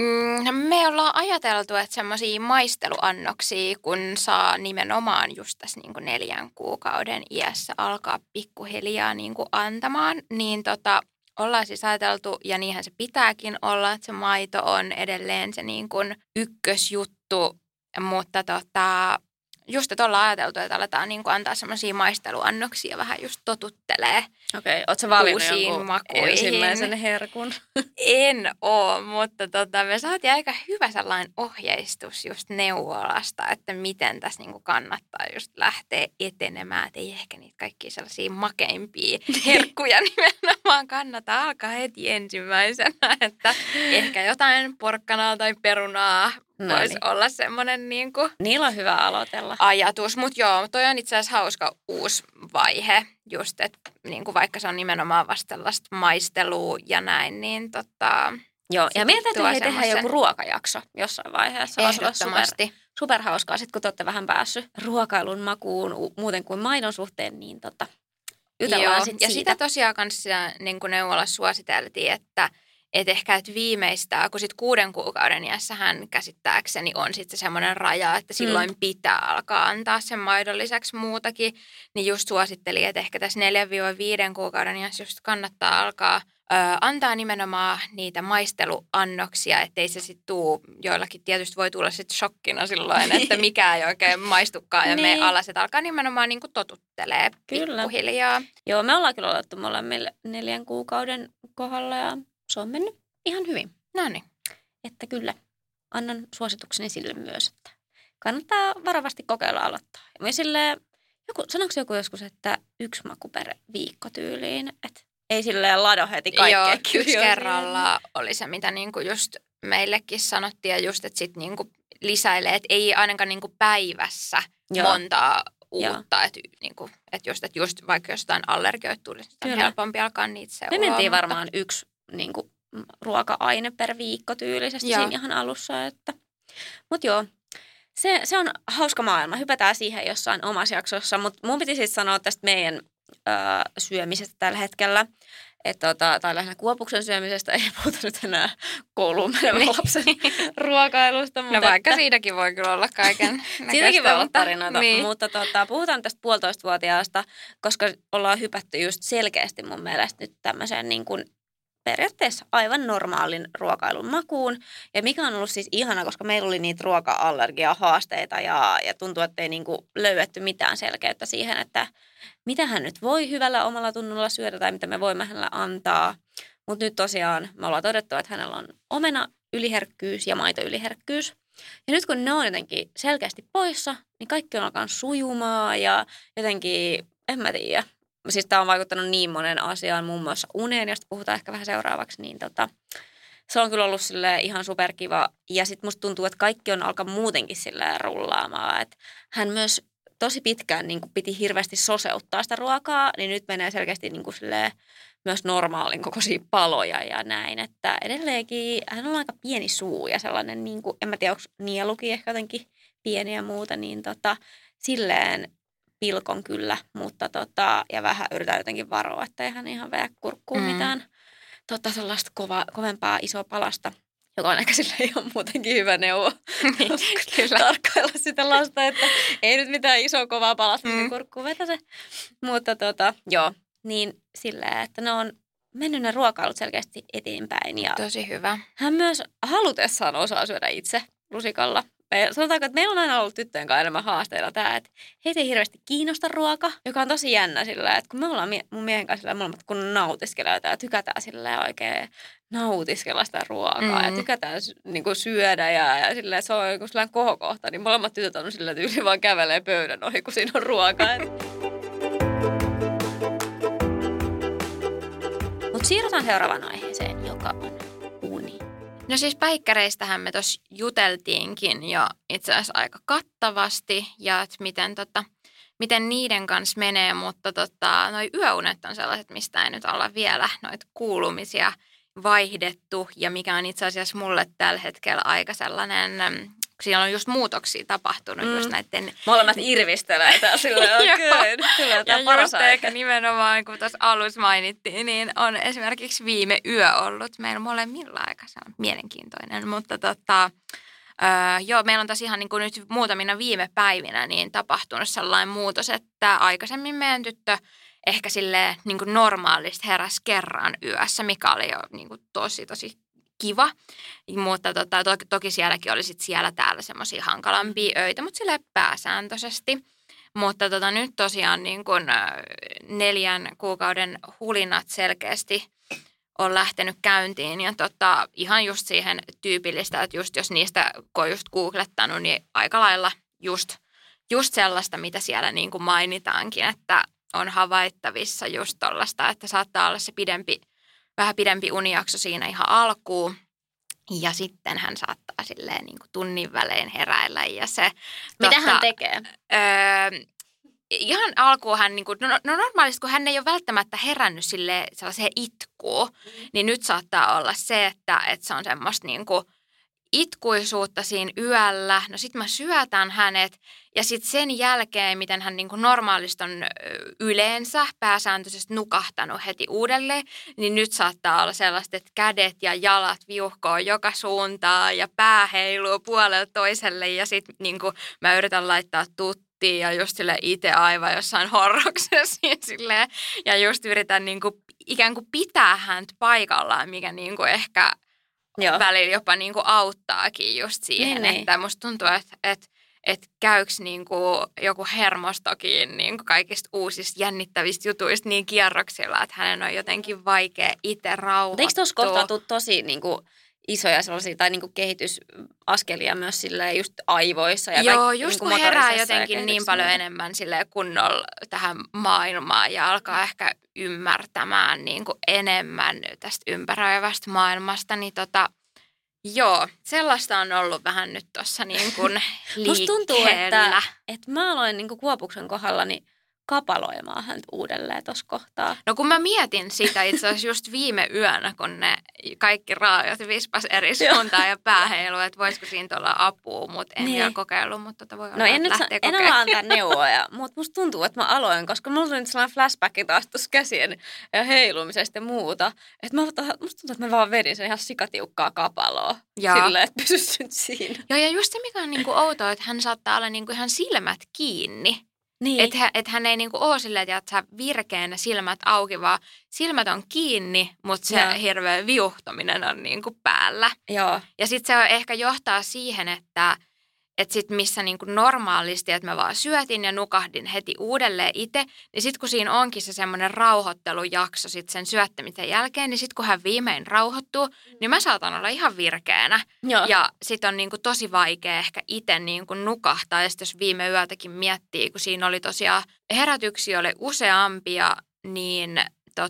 Speaker 2: Me ollaan ajateltu, että semmoisia maisteluannoksia, kun saa nimenomaan just tässä niin kuin 4 kuukauden iässä alkaa pikkuhiljaa niin kuin antamaan, niin ollaan siis ajateltu, ja niinhän se pitääkin olla, että se maito on edelleen se niin kuin ykkösjuttu, mutta just, että ollaan ajateltu, että aletaan niin kuin antaa semmoisia maisteluannoksia vähän just totuttelee.
Speaker 3: Okei, ootko sä valinnut
Speaker 2: jonkun
Speaker 3: ensimmäisen herkun?
Speaker 2: En oo, mutta me saatiin aika hyvä sellainen ohjeistus just neuvolasta, että miten tässä niinku kannattaa just lähteä etenemään. Että ei ehkä niitä kaikkia sellaisia makeimpia herkkuja nimenomaan kannata alkaa heti ensimmäisenä. Että ehkä jotain porkkanaa tai perunaa voisi olla semmoinen niinku
Speaker 3: niillä on hyvä aloitella
Speaker 2: ajatus. Mutta joo, toi on itse asiassa hauska uusi vaihe. Just, että niinku vaikka se on nimenomaan vasta sellaista maistelua ja näin, niin
Speaker 3: joo, ja meidän täytyy tehdä joku ruokajakso jossain vaiheessa.
Speaker 2: Ehdottomasti.
Speaker 3: Super hauskaa, sit kun te olette vähän päässyt ruokailun makuun muuten kuin maidon suhteen, niin jutellaan sitten siitä.
Speaker 2: Ja sitä tosiaan kanssa niin kuin neuvolassa suositeltiin, että ehkä että viimeistään, kun sitten 6 kuukauden iässähän käsittääkseni on sitten semmoinen raja, että silloin pitää alkaa antaa sen maidon lisäksi muutakin, niin just suositteli, että ehkä tässä 4-5 kuukauden iässä just kannattaa alkaa antaa nimenomaan niitä maisteluannoksia, ettei se sitten tuu, joillakin tietysti voi tulla sitten shokkina silloin, että mikä ei oikein maistukaan ja me alas, että alkaa nimenomaan niin kuin totuttelee pikkuhiljaa.
Speaker 3: Joo, me ollaan kyllä otettu molemmille 4 kuukauden kohdalla ja se on mennyt ihan hyvin.
Speaker 2: Noniin.
Speaker 3: Että kyllä, annan suositukseni sille myös, että kannattaa varovasti kokeilla aloittaa. Ja myös silleen, sanoiko joku joskus, että 1 maku per viikko tyyliin, että ei silleen lado heti kaikkea.
Speaker 2: Joo, 1 kerralla oli se, mitä niinku just meillekin sanottiin ja just, että sitten niinku lisäilee, että ei ainakaan niinku päivässä montaa uutta, että just vaikka jostain allergioita tulisi, on helpompi alkaa niitä seuraa.
Speaker 3: Me mentiin varmaan 1 niinku ruoka-aine per viikko tyylisesti siinä ihan alussa. Mutta joo, se on hauska maailma. Hypätään siihen jossain omassa jaksossa, mutta mun piti siis sanoa tästä meidän syömisestä tällä hetkellä, tai lähinnä Kuopuksen syömisestä, ei puhuta nyt enää kouluun menevän lapsen ruokailusta.
Speaker 2: Mutta vaikka siitäkin voi kyllä olla kaiken näköistä.
Speaker 3: Siitäkin voi olla tarinoita, mutta puhutaan tästä 1,5-vuotiaasta, koska ollaan hypätty just selkeästi mun mielestä nyt tämmöiseen niin kuin periaatteessa aivan normaalin ruokailun makuun. Ja mikä on ollut siis ihana, koska meillä oli niitä ruoka-allergia-haasteita ja tuntuu, että ei niinku löydetty mitään selkeyttä siihen, että mitä hän nyt voi hyvällä omalla tunnolla syödä tai mitä me voimme hänelle antaa. Mutta nyt tosiaan me ollaan todettu, että hänellä on omena-yliherkkyys ja maito-yliherkkyys. Ja nyt kun ne on jotenkin selkeästi poissa, niin kaikki on alkanut sujumaan ja jotenkin, en mä tiedä. Siis tämä on vaikuttanut niin monen asiaan, muun muassa uneen, josta puhutaan ehkä vähän seuraavaksi, niin se on kyllä ollut ihan superkiva. Ja sitten musta tuntuu, että kaikki on alkanut muutenkin rullaamaan. Et hän myös tosi pitkään niin kuin piti hirveästi soseuttaa sitä ruokaa, niin nyt menee selkeästi niin kuin myös normaalin kokoisia paloja ja näin. Että edelleenkin hän on aika pieni suu ja sellainen, niin kuin, en mä tiedä, onko nielukin ehkä jotenkin pieni ja muuta, niin silleen pilkon kyllä, mutta ja vähän yritän jotenkin varoa, että eihän ihan vedä kurkkuun mitään sellaista kovempaa isoa palasta, joka on ehkä sille ihan muutenkin hyvä neuvo.
Speaker 2: Niin, kyllä.
Speaker 3: Tarkkailla sitä lasta, että ei nyt mitään isoa kovaa palasta kurkkuun vetäse. Mutta joo, niin silleen, että ne on mennyt ne ruokailut selkeästi eteenpäin. Ja
Speaker 2: tosi hyvä.
Speaker 3: Hän myös halutessaan osaa syödä itse lusikalla. Sanotaanko, että meillä on aina ollut tyttöjen kanssa enemmän haasteilla tämä, että heitä ei hirveästi kiinnosta ruoka, joka on tosi jännä sillä, että kun me ollaan mun miehen kanssa sillä molemmat kun nautiskellaan ja tykätään sillä oikein nautiskella sitä ruokaa ja tykätään niin kuin syödä ja sillä, se on joku sellainen kohokohta, niin molemmat tytöt on sillä tyyli vaan kävelee pöydän ohi, kun siinä on ruokaa. Mutta siirrytään seuraavaan aiheeseen, joka on uni.
Speaker 2: No siis päikkäreistähän me tuossa juteltiinkin jo itse asiassa aika kattavasti ja että miten niiden kanssa menee, mutta noi yöunet on sellaiset, mistä ei nyt olla vielä noita kuulumisia vaihdettu ja mikä on itse asiassa mulle tällä hetkellä aika sellainen, siellä on just muutoksia tapahtunut just näiden...
Speaker 3: Molemmat irvistelee tää silleen, okei, nyt tulee tää paras aika.
Speaker 2: Ehkä nimenomaan, kun tuossa alussa mainittiin, niin on esimerkiksi viime yö ollut meillä molemmilla aika mielenkiintoinen, mutta joo, meillä on tässä ihan niin kuin nyt muutamina viime päivinä niin tapahtunut sellainen muutos, että aikaisemmin meidän tyttö ehkä silleen niin kuin normaalisti heräsi kerran yössä, mikä oli jo niin kuin tosi kiva, mutta toki sielläkin oli sit siellä täällä semmoisia hankalampia öitä, mutta silleen pääsääntöisesti. Mutta nyt tosiaan niin kun 4 kuukauden hulinat selkeästi on lähtenyt käyntiin ja ihan just siihen tyypillistä, että just jos niistä kun on just googlettanut, niin aika lailla just sellaista, mitä siellä niin kuin mainitaankin, että on havaittavissa just tollaista, että saattaa olla se vähän pidempi unijakso siinä ihan alkuun. Ja sitten hän saattaa silleen niin kuin tunnin välein heräillä ja se...
Speaker 3: Mitä hän tekee?
Speaker 2: Ihan alkuun hän, niin kuin, no normaalisti kun hän ei ole välttämättä herännyt sellaiseen itkuun, niin nyt saattaa olla se, että se on semmoista niin kuin itkuisuutta siinä yöllä. No sit mä syötän hänet ja sitten sen jälkeen, miten hän niin kuin normaalisti on yleensä pääsääntöisesti nukahtanut heti uudelleen, niin nyt saattaa olla sellaista, että kädet ja jalat viuhkoo joka suuntaan ja pää heiluu puolelta toiselle ja sitten niin kuin mä yritän laittaa ja just sille itse aivan jossain horroksessa ja just yritän niin kuin ikään kuin pitää häntä paikallaan, mikä niin kuin ehkä välillä jopa niin kuin auttaakin just siihen, että musta tuntuu, että käyks niin kuin joku hermostokin niin kuin kaikista uusista jännittävistä jutuista niin kierroksilla, että hänen on jotenkin vaikea itse rauhoittua.
Speaker 3: Eikö tuossa kohtaa tule tosi niin kuin isoja sellaisia tai niin kuin kehitysaskelia myös silleen just aivoissa? Ja
Speaker 2: joo, just kun herää jotenkin niin paljon enemmän silleen kunnolla tähän maailmaan ja alkaa ehkä ymmärtämään niin kuin enemmän tästä ympäröivästä maailmasta, niin joo, sellaista on ollut vähän nyt tuossa niin kuin liikkeellä.
Speaker 3: Musta tuntuu, että mä aloin niin kuin Kuopuksen kohdalla niin kapaloimaan häntä uudelleen tuossa kohtaa.
Speaker 2: No kun mä mietin sitä itse asiassa just viime yönä, kun ne kaikki raajat vispas eri suuntaan ja pääheilu, että voisiko siinä olla apua, mutta en vielä kokeillut, mutta voi olla,
Speaker 3: en ala antaa neuvoja, mutta musta tuntuu, että mä aloin, koska mulla tuli nyt sellainen flashback taas tuossa käsien ja heilumisesta ja muuta, että musta tuntuu, että mä vaan vedin sen ihan sikatiukkaa kapaloa silleen, että pysyis nyt siinä.
Speaker 2: Joo, ja just se, mikä on niinku outoa, että hän saattaa olla niinku ihan silmät kiinni. Niin. Että hän ei niinku ole silleen, että virkeänä silmät auki, vaan silmät on kiinni, mutta se hirveä viuhtominen on niinku päällä.
Speaker 3: Joo.
Speaker 2: Ja sitten se ehkä johtaa siihen, että sitten missä niinku normaalisti, että mä vaan syötin ja nukahdin heti uudelleen itse, niin sitten kun siinä onkin se semmoinen rauhoittelujakso sitten sen syöttämisen jälkeen, niin sitten kun hän viimein rauhoittuu, niin mä saatan olla ihan virkeänä. Joo. Ja sitten on niinku tosi vaikea ehkä itse niinku nukahtaa. Ja sitten jos viime yötäkin miettii, kun siinä oli tosiaan herätyksiä oli useampia, niin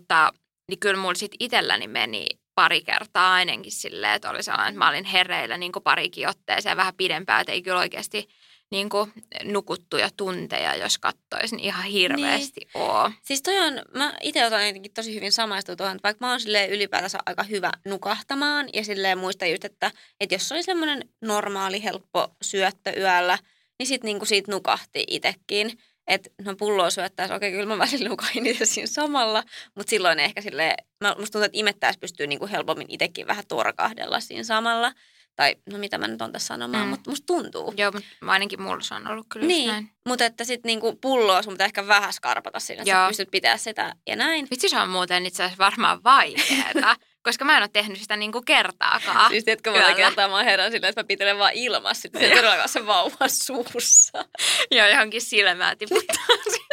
Speaker 2: kyllä mulla sitten itselläni meni pari kertaa ainakin silleen, että oli sellainen, että mä olin hereillä niin kuin parikin otteeseen vähän pidempään, että ei kyllä oikeasti niin kuin nukuttuja tunteja, jos katsoisin ihan hirveästi ole.
Speaker 3: Siis mä itse otan jotenkin tosi hyvin samaistua tuohon, että vaikka mä oon silleen ylipäätänsä aika hyvä nukahtamaan ja silleen muistan just, että jos oli semmoinen normaali, helppo syöttö yöllä, niin sit niinku siitä nukahti itsekin. Että no pulloa syöttäisiin, okei, kyllä mä välillä nukahin itse siinä samalla, mutta silloin ehkä silleen, musta tuntuu, että imettäessä pystyy niinku helpommin itsekin vähän torkahdella siinä samalla. Tai no mitä mä nyt on tässä sanomaan, mutta musta tuntuu.
Speaker 2: Joo, mutta ainakin mulla se on ollut kyllä
Speaker 3: niin,
Speaker 2: näin.
Speaker 3: Mutta että sitten niinku pulloa sun pitää ehkä vähän skarpata siinä, että sä pystyt pitää sitä ja näin.
Speaker 2: Vitsi, se on muuten itse asiassa varmaan vaikeaa. Koska mä en ole tehnyt sitä niinku kertaakaan.
Speaker 3: Siis tiedätkö, monta kertaa mä herään silleen, että mä pitelen vaan ilmassa. Sitten se todellakaan se vauvan suussa.
Speaker 2: Joo, johonkin silmää tiputtaa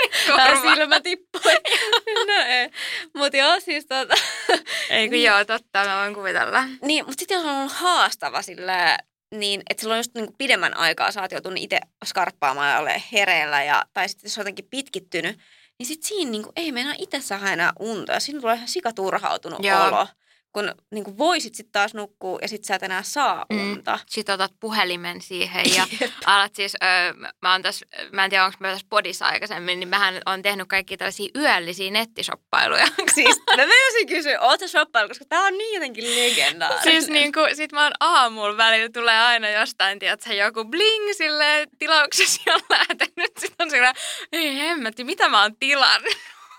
Speaker 3: silmä tippui. No ei. Mutta joo, siis
Speaker 2: Ei kun joo, totta, mä voin kuvitella.
Speaker 3: Niin, mutta sitten jos on ollut haastava silleen, niin että silloin just niinku pidemmän aikaa sä oot joutunut itse skarppaamaan ja olemaan hereillä. Tai sitten jos on jotenkin pitkittynyt, niin sitten siinä niinku ei meinaa itse saada enää unta. Ja siinä tulee ihan sikaturhautunut olo. kun niin kuin voisit sitten taas nukkua ja sitten sä et enää saa unta.
Speaker 2: Sitten otat puhelimen siihen ja alat siis, mä en tiedä onko mä tässä podissa aikaisemmin, niin mähän on tehnyt kaikki tällaisia yöllisiä nettishoppailuja.
Speaker 3: Siis mä menisin kysyä, oot sä shoppailu, koska tää on niin jotenkin legendaarinen.
Speaker 2: Siis niinku, sit mä oon aamulla välillä tulee aina jostain, tiedätkö, joku bling silleen tilauksessa on lähtenyt. Sitten on silleen, ei hemmetti, mitä mä oon tilannut?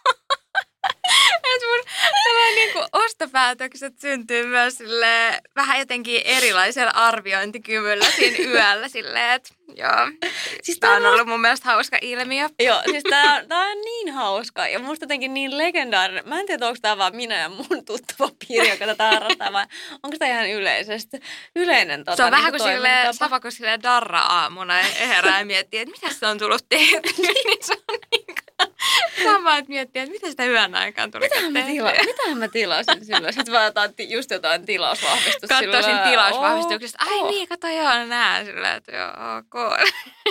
Speaker 2: Et mun tällainen niinku ostopäätökset syntyy myös silleen, vähän jotenkin erilaisella arviointikyvyllä siinä yöllä silleen, että joo. Siis tää on ollut mun mielestä hauska ilmiö.
Speaker 3: Joo, siis tää on niin hauska ja musta jotenkin niin legendaarinen. Mä en tiedä, onko tää vaan minä ja mun tuttava piiri, joka tätä harrastaa, vai onko tää ihan yleinen
Speaker 2: se on vähän
Speaker 3: niin
Speaker 2: kuin silleen, sama kuin silleen darra-aamuna herää ja miettii, että mitä se on tullut tehty. Niin se on niin sama, että miettii, että mitä sitä yön aikaan tuli tehtyä.
Speaker 3: Mitähän mä tilasin silloin? Sitten vaan just jotain tilausvahvistusta.
Speaker 2: Katsoisin tilausvahvistuksesta. Ai niin, kato joo, nää silleen, että joo, ok.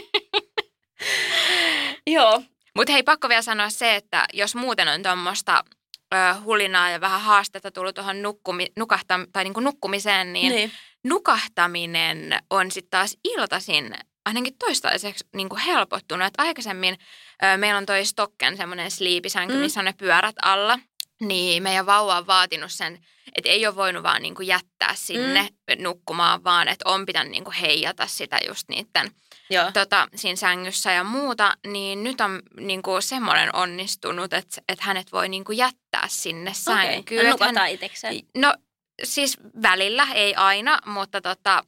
Speaker 3: Joo.
Speaker 2: Mutta hei, pakko vielä sanoa se, että jos muuten on tuommoista hulinaa ja vähän haastetta tullut tuohon niinku nukkumiseen, niin nukahtaminen on sitten taas iltaisin ainakin toistaiseksi niin kuin helpottunut. Että aikaisemmin meillä on toi Stocken semmoinen sliipisänky, missä on ne pyörät alla. Niin meidän vauva on vaatinut sen, että ei ole voinut vaan niin kuin jättää sinne nukkumaan, vaan että on pitänyt niin kuin heijata sitä just niiden siinä sängyssä ja muuta. Niin nyt on niin kuin semmoinen onnistunut, että hänet voi niin kuin jättää sinne sänkyyn.
Speaker 3: Okei, nukataan itsekseen.
Speaker 2: No siis välillä, ei aina, mutta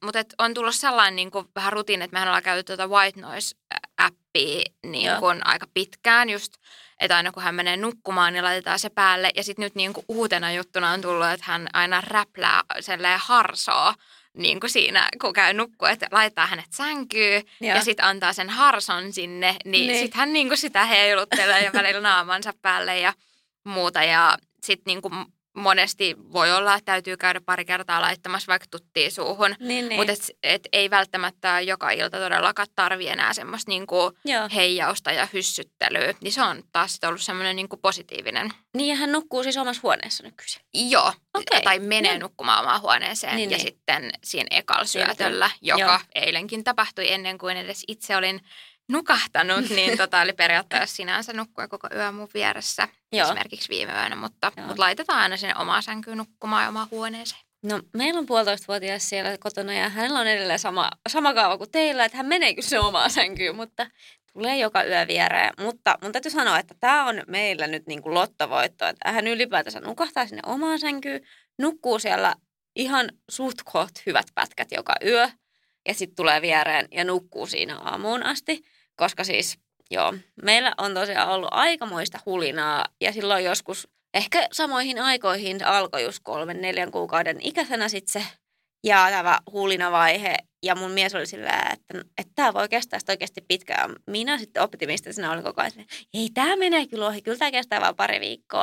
Speaker 2: on tullut sellainen niin kuin vähän rutiini, että mehän ollaan käyty White Noise-appia niin kuin aika pitkään just, että aina kun hän menee nukkumaan, niin laitetaan se päälle. Ja sitten nyt niin kuin uutena juttuna on tullut, että hän aina räplää selleen harsoo niin kuin siinä, kun käy nukkua, että laittaa hänet sänkyyn ja sitten antaa sen harson sinne, niin sitten hän niin kuin sitä heiluttelee ja välillä naamansa päälle ja muuta. Ja sitten niin kuin monesti voi olla, että täytyy käydä pari kertaa laittamassa vaikka tuttia suuhun, mutta et ei välttämättä joka ilta todellakaan tarvitse enää semmoista niinku heijausta ja hyssyttelyä. Niin se on taas ollut semmoinen niinku positiivinen.
Speaker 3: Niin ja hän nukkuu siis omassa huoneessa nykyisin?
Speaker 2: Joo, tai menee nukkumaan omaan huoneeseen ja sitten siinä ekalla syötöllä, joka eilenkin tapahtui ennen kuin edes itse olin nukahtanut, niin oli periaatteessa sinänsä nukkua koko yö mun vieressä, esimerkiksi viime yönä, mutta laitetaan aina sinne omaan sänkyyn nukkumaan ja omaan huoneeseen.
Speaker 3: No meillä on 1,5-vuotias siellä kotona ja hänellä on edelleen sama kaava kuin teillä, että hän menee kyllä se omaan sänkyyn, mutta tulee joka yö viereen. Mutta mun täytyy sanoa, että tämä on meillä nyt niin kuin lottovoitto, että hän ylipäätänsä nukahtaa sinne omaan sänkyyn, nukkuu siellä ihan suht koht hyvät pätkät joka yö ja sitten tulee viereen ja nukkuu siinä aamuun asti. Koska siis, meillä on tosiaan ollut aikamoista hulinaa ja silloin joskus, ehkä samoihin aikoihin alkoi just 3-4 kuukauden ikäisenä sitten se jäätävä hulinavaihe. Ja mun mies oli sillä, että tämä voi kestää sitä oikeasti pitkään. Minä sitten optimistisena olin koko ajan, että ei tämä menee kyllä ohi, kyllä tämä kestää vaan pari viikkoa.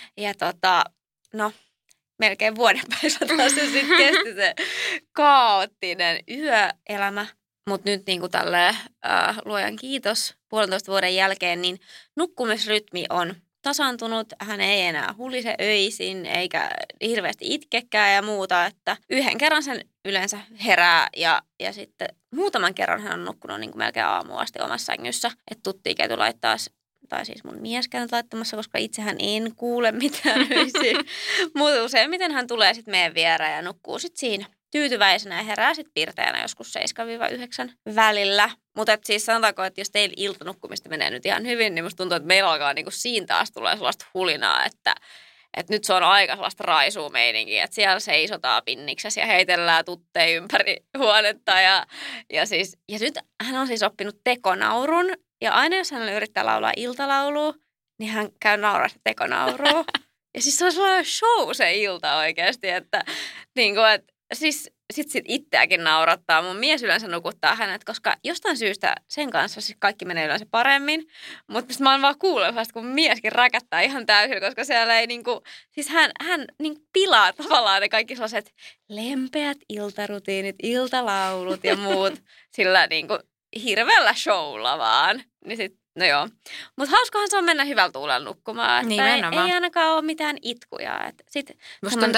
Speaker 3: Melkein vuoden päivä se sitten kesti se kaoottinen yöelämä. Mutta nyt niin kuin tälleen luojan kiitos 1,5 vuoden jälkeen, niin nukkumisrytmi on tasaantunut. Hän ei enää hulise öisin eikä hirveästi itkekään ja muuta. Että yhden kerran sen yleensä herää ja sitten muutaman kerran hän on nukkunut niin kuin melkein aamuun asti omassa sängyssä. Että tuttiin käyty laittaa, tai siis mun mies käynyt laittamassa, koska itsehän en kuule mitään öisin. Mutta useimmiten hän tulee sitten meidän viereen ja nukkuu sitten siinä tyytyväisenä ja herää sitten pirteänä joskus 7-9 välillä. Mutta siis sanotaanko, että jos teillä iltanukkumista menee nyt ihan hyvin, niin musta tuntuu, että meillä alkaa niinku siinä taas tulee sellaista hulinaa, että nyt se on aika sellaista raisumeininkiä, että siellä seisotaan pinniksessä ja heitellään tutteja ympäri huonetta. Ja nyt hän on siis oppinut tekonaurun ja aina jos hän yrittää laulaa iltalaulua, niin hän käy nauraa sitä tekonaurua. Ja siis se on sellainen show se ilta oikeasti, että niinku, siis sit itseäkin naurattaa. Mun mies yleensä nukuttaa hänet, koska jostain syystä sen kanssa siis kaikki menee yleensä paremmin. Mutta mä oon vaan kuullut vasta, kun mieskin räkättää ihan täysin, koska siellä ei niinku, siis hän niinku pilaa tavallaan ne kaikki sellaiset lempeät iltarutiinit, iltalaulut ja muut sillä niinku hirveällä showlla vaan. Niin sit, no joo. Mutta hauskahan se on mennä hyvällä tuulella nukkumaan. Että ei ainakaan ole mitään itkuja.
Speaker 2: Musta tuntuu, että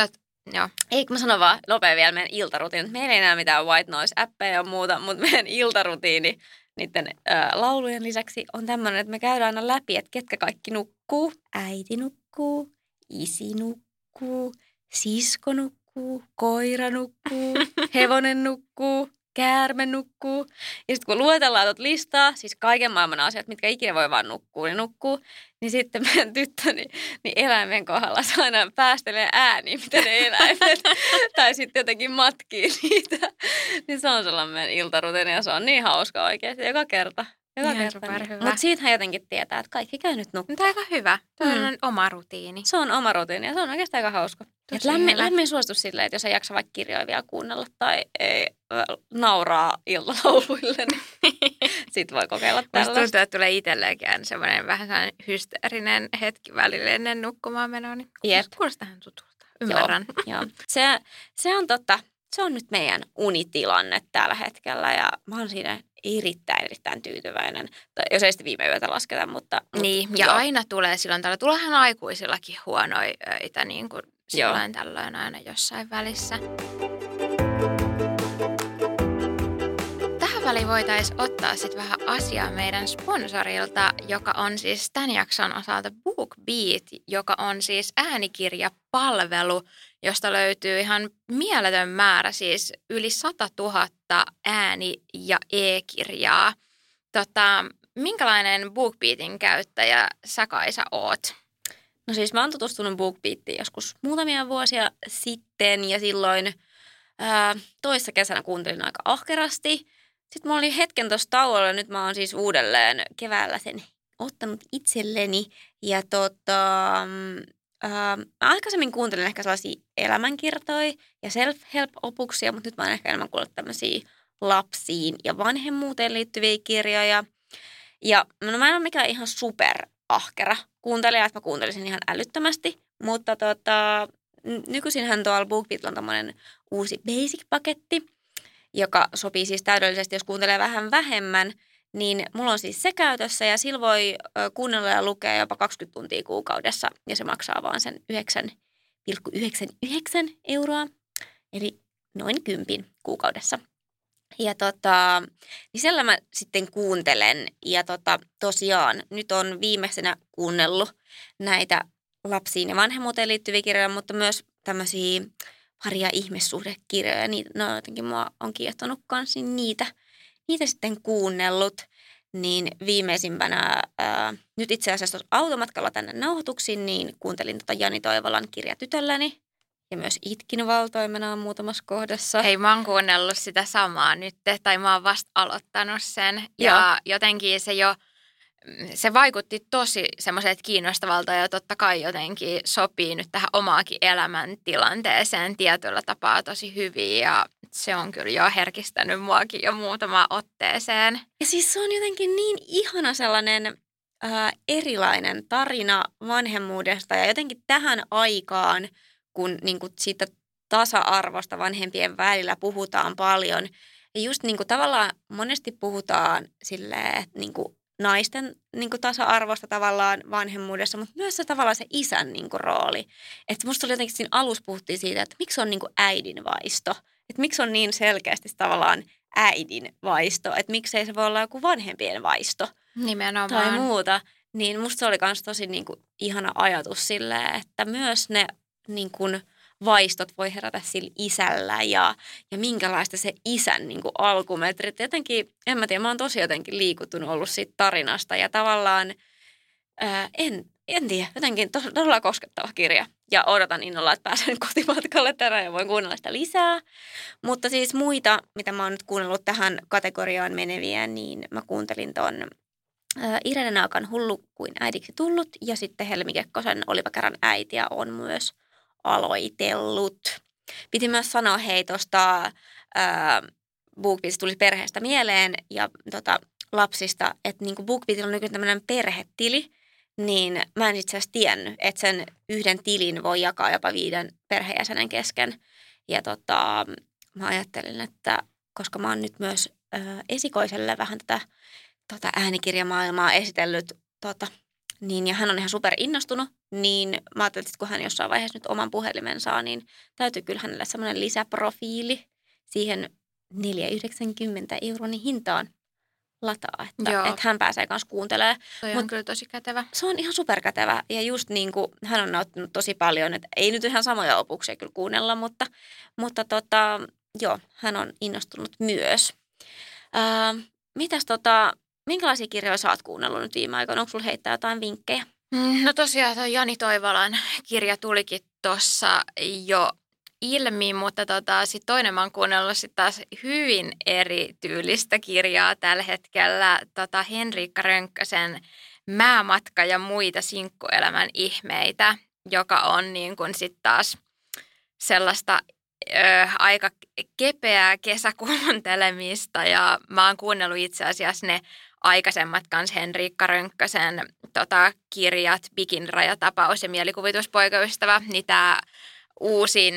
Speaker 2: Joo.
Speaker 3: Eikö mä sano vaan nopea vielä meidän iltarutiini. Meillä ei enää mitään white noise-appeja ja muuta, mutta meidän iltarutiini niiden laulujen lisäksi on tämmöinen, että me käydään aina läpi, että ketkä kaikki nukkuu. Äiti nukkuu, isi nukkuu, sisko nukkuu, koira nukkuu, hevonen nukkuu, käärme nukkuu. Ja sitten kun luetellaan tuota listaa, siis kaiken maailman asiat, mitkä ikinä voi vaan nukkuu, niin sitten meidän tyttö niin eläimen kohdalla saa aina päästelee ääniä, mitä ne eläimet, tai sitten jotenkin matkii niitä. Niin se on sellainen meidän iltarutiini ja se on niin hauska oikeasti joka kerta. Mutta siitähän jotenkin tietää, että kaikki käy nyt nukkua.
Speaker 2: Tämä on aika hyvä. Tuo on oma rutiini.
Speaker 3: Se on oma rutiini ja se on oikeastaan aika hauska. Lämmin suositus silleen, että jos ei jaksa vaikka kirjoja vielä kuunnella tai ei nauraa iltalauluille, niin sit voi kokeilla tällaista.
Speaker 2: Musta tuntuu, että tulee itselleenkin semmoinen vähän sellainen hysteerinen hetki välillä ennen nukkumaan menoa. Niin kuulostaa tähän tutulta. Ymmärrän.
Speaker 3: Joo. Se on totta. Se on nyt meidän unitilanne tällä hetkellä ja mä oon siinä erittäin tyytyväinen. Jos ei sitten viime yötä lasketa, mutta
Speaker 2: niin, ja joo. Aina tulee silloin tällä. Tuleehan aikuisillakin huonoja öitä niin kuin silloin tällöin aina jossain välissä. Tähän väliin voitaisiin ottaa sitten vähän asiaa meidän sponsorilta, joka on siis tämän jakson osalta BookBeat, joka on siis äänikirjapalvelu, josta löytyy ihan mieletön määrä, siis yli 100 000 ääni- ja e-kirjaa. Minkälainen BookBeatin käyttäjä sä, Kaisa, oot?
Speaker 3: No siis mä oon tutustunut BookBeatiin joskus muutamia vuosia sitten ja silloin toissa kesänä kuuntelin aika ahkerasti. Sitten mulla oli hetken tuossa tauolla ja nyt mä oon siis uudelleen keväällä sen ottanut itselleni ja aikaisemmin kuuntelin ehkä sellaisia elämänkertoja ja self-help-opuksia, mutta nyt mä oon ehkä enemmän kuullut tämmöisiä lapsiin ja vanhemmuuteen liittyviä kirjoja. Ja no mä en ole mikään ihan superahkera kuuntelija, että mä kuuntelisin ihan älyttömästi, mutta nykyisinhän tuolla BookBeatilla on tommoinen uusi basic-paketti, joka sopii siis täydellisesti, jos kuuntelee vähän vähemmän, niin mulla on siis se käytössä ja sillä voi kuunnella ja lukea jopa 20 tuntia kuukaudessa ja se maksaa vaan sen 9,99 €, eli noin 10 kuukaudessa. Ja niin siellä mä sitten kuuntelen ja tosiaan nyt on viimeisenä kuunnellut näitä lapsiin ja vanhemmuuteen liittyviä kirjoja, mutta myös tämmöisiä paria ihmissuhdekirjoja. No jotenkin mua on kiehtonut kanssa niitä sitten kuunnellut. Niin viimeisimpänä, nyt itse asiassa automatkalla tänne nauhoituksiin, niin kuuntelin Jani Toivolan Kirja tytölläni. Ja myös itkin valtoimenaan muutamassa kohdassa.
Speaker 2: Hei, mä oon kuunnellut sitä samaa nyt, tai mä oon vasta aloittanut sen. Ja jotenkin se vaikutti tosi semmoiselta kiinnostavalta ja totta kai jotenkin sopii nyt tähän omaakin elämäntilanteeseen tietyllä tapaa tosi hyvin. Ja se on kyllä jo herkistänyt muakin jo muutamaan otteeseen.
Speaker 3: Ja siis se on jotenkin niin ihana sellainen erilainen tarina vanhemmuudesta ja jotenkin tähän aikaan, kun niinku siitä tasa-arvosta vanhempien välillä puhutaan paljon. Ja just niinku tavallaan monesti puhutaan silleen, että niinku naisten niinku tasa-arvosta tavallaan vanhemmuudessa, mutta myös se tavallaan se isän niinku rooli. Että musta oli jotenkin siinä alussa puhuttiin siitä, että miksi on niinku äidin vaisto. Että miksi on niin selkeästi tavallaan äidin vaisto. Että miksei se voi olla joku vanhempien vaisto.
Speaker 2: Nimenomaan.
Speaker 3: Tai muuta. Niin musta se oli myös tosi niinku ihana ajatus silleen, että myös ne niin kuin vaistot voi herätä sillä isällä ja minkälaista se isän niin kuin alkumetrit. Jotenkin, en mä tiedä, mä oon tosi jotenkin liikuttunut ollut siitä tarinasta ja tavallaan, en tiedä, jotenkin todella koskettava kirja. Ja odotan innolla, että pääsen kotimatkalle tänään ja voin kuunnella sitä lisää. Mutta siis muita, mitä mä oon nyt kuunnellut tähän kategoriaan meneviä, niin mä kuuntelin ton Irene Naakan Hullu kuin äidiksi tullut ja sitten Helmi Kekkosen Olipa kerran äitiä on myös aloitellut. Piti myös sanoa hei tuosta BookBeatista tuli perheestä mieleen ja lapsista, että niinku BookBeatilla on nykyään tämmöinen perhetili, niin mä en itse asiassa tiennyt, että sen yhden tilin voi jakaa jopa 5 perheenjäsenen kesken. Ja mä ajattelin, että koska mä oon nyt myös esikoiselle vähän tätä äänikirjamaailmaa esitellyt, niin ja hän on ihan super innostunut niin mä ajattelin, että kun hän jossain vaiheessa nyt oman puhelimen saa, niin täytyy kyllä hänelle semmoinen lisäprofiili siihen 4,90 € hintaan lataa, että hän pääsee kanssa kuuntelemaan.
Speaker 2: Toi on kyllä tosi kätevä.
Speaker 3: Se on ihan superkätevä ja just niin kuin hän on nauttinut tosi paljon, että ei nyt ihan samoja opuksia kyllä kuunnella, mutta joo, hän on innostunut myös. Mitäs minkälaisia kirjoja sä oot kuunnellut nyt viime aikoina? Onko sulla heittää jotain vinkkejä?
Speaker 2: No tosiaan tuo Jani Toivolan kirja tulikin tuossa jo ilmi, mutta sitten toinen mä oon kuunnellut sitten taas hyvin erityylistä kirjaa tällä hetkellä. Henriikka Rönkkösen Määmatka ja muita sinkkuelämän ihmeitä, joka on niin kuin sitten taas sellaista aika kepeää kesäkuuntelemista ja mä oon kuunnellut itse asiassa ne aikaisemmat kanssa Henriikka Rönkkösen kirjat, Bikin rajatapaus ja mielikuvituspoikaystävä, niin tämä uusin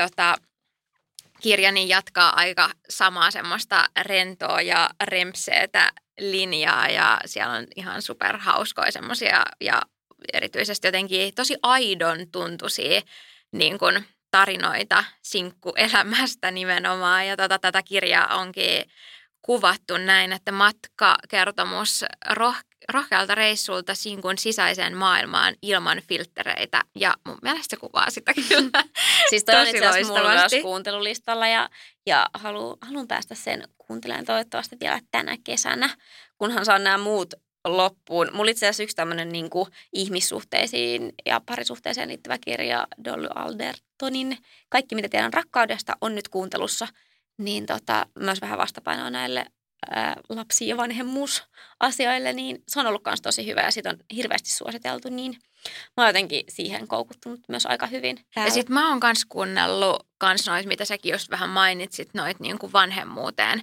Speaker 2: kirja niin jatkaa aika samaa semmoista rentoa ja rempseetä linjaa ja siellä on ihan superhauskoja semmoisia ja erityisesti jotenkin tosi aidon tuntuisia niin kuin tarinoita sinkkuelämästä nimenomaan ja tätä kirjaa onkin kuvattu näin, että matkakertomus rohkealta reissulta sinkun sisäiseen maailmaan ilman filttereitä. Ja mun mielestä se kuvaa sitä kyllä
Speaker 3: siis toi on itse asiassa mulla myös kuuntelulistalla ja haluan päästä sen kuuntelemaan toivottavasti vielä tänä kesänä, kunhan saan nämä muut loppuun. Mulla itse asiassa yksi tämmöinen niin kuin ihmissuhteisiin ja parisuhteeseen liittyvä kirja Dolly Aldertonin Kaikki, mitä tiedän rakkaudesta, on nyt kuuntelussa. Niin myös vähän vastapainoa näille lapsi- ja vanhemmuusasioille, niin se on ollut myös tosi hyvä ja siitä on hirveästi suositeltu, niin mä oon jotenkin siihen koukuttunut myös aika hyvin.
Speaker 2: Ja sit mä oon kans kuunnellut noit, mitä säkin just vähän mainitsit, noit niin kuin vanhemmuuteen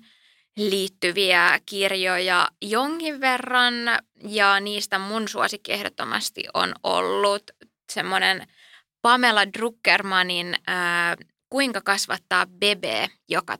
Speaker 2: liittyviä kirjoja jonkin verran ja niistä mun suosikki ehdottomasti on ollut semmoinen Pamela Druckermanin Kuinka kasvattaa bebe, joka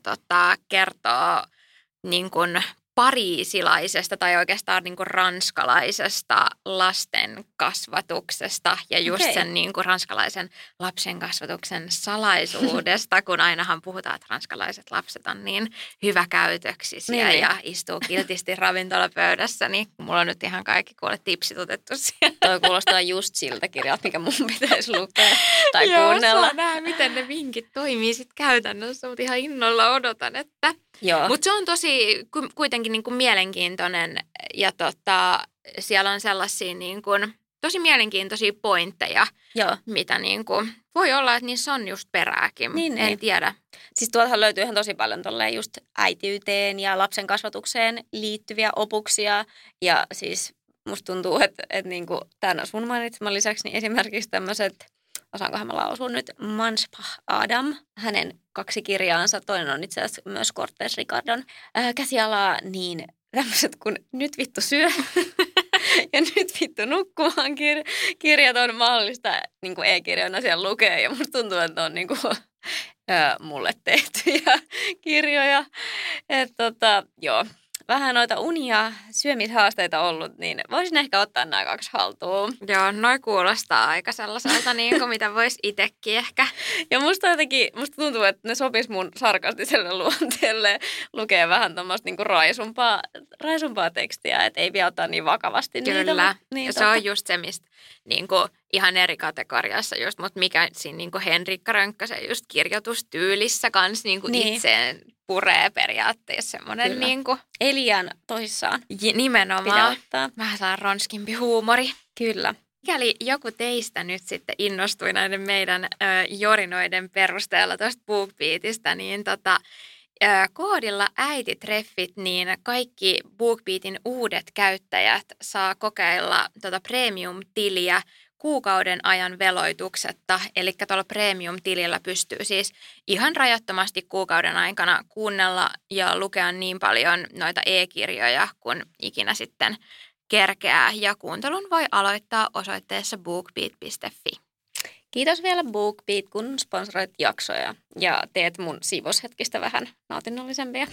Speaker 2: kertoo niin kuin pariisilaisesta tai oikeastaan niin kuin ranskalaisesta lasten kasvatuksesta ja just sen niin kuin ranskalaisen lapsen kasvatuksen salaisuudesta, kun ainahan puhutaan, että ranskalaiset lapset on niin hyväkäytöksisiä ja istuu kiltisti ravintolapöydässä, niin mulla on nyt ihan kaikki tipsit otettu siellä.
Speaker 3: Toi kuulostaa just siltä kirjalta, mikä mun pitäisi lukea tai kuunnella.
Speaker 2: Joo, nähdä, miten ne vinkit toimii sitten käytännössä, mutta ihan innolla odotan, että... Mutta se on tosi kuitenkin niin kuin mielenkiintoinen ja siellä on sellaisia niin kuin, tosi mielenkiintoisia pointteja, mitä niin kuin, voi olla, että niissä on just perääkin, en tiedä.
Speaker 3: Siis tuoltahan löytyy ihan tosi paljon tolleen just äitiyteen ja lapsen kasvatukseen liittyviä opuksia ja siis musta tuntuu, että niinku tämän sun mainitseman lisäksi niin esimerkiksi tämmöiset, osaankohan mä lausua nyt, Manspah Adam, hänen 2 kirjaansa, toinen on itse asiassa myös Cortés Ricardon käsialaa, niin tämmöiset kuin Nyt vittu syö ja Nyt vittu nukkumaan kirjat on mahdollista niin kuin e-kirjoina siellä lukee ja musta tuntuu, että on niin kuin, mulle tehtyjä kirjoja. Joo. Vähän noita unia syömishaasteita ollut, niin voisin ehkä ottaa nämä 2 haltuun.
Speaker 2: Joo, noi kuulostaa aika sellaiselta, niin kuin mitä voisi itsekin ehkä.
Speaker 3: Ja musta tuntuu, että ne sopis mun sarkastiselle luonteelle lukee vähän tommoista niinku raisumpaa tekstiä, että ei vielä ottaa niin vakavasti niitä.
Speaker 2: Kyllä, ja se on just se, mistä niinku ihan eri kategoriassa just, mutta mikä siinä niinku Henriikka Rönkkösen just kirjoitustyylissä kanssa niinku itseen puree periaatteessa semmoinen niinku...
Speaker 3: Ei liian tosissaan.
Speaker 2: Nimenomaan. Vähän saa ronskimpi huumori.
Speaker 3: Kyllä.
Speaker 2: Mikäli joku teistä nyt sitten innostui näiden meidän jorinoiden perusteella tuosta BookBeatista, niin koodilla äititreffit, niin kaikki BookBeatin uudet käyttäjät saa kokeilla premium-tiliä kuukauden ajan veloituksetta. Eli tuolla premium-tilillä pystyy siis ihan rajattomasti kuukauden aikana kuunnella ja lukea niin paljon noita e-kirjoja kuin ikinä sitten kerkeää. Ja kuuntelun voi aloittaa osoitteessa bookbeat.fi.
Speaker 3: Kiitos vielä BookBeat, kun sponsoroit jaksoja ja teet mun siivoushetkistä vähän nautinnollisempia.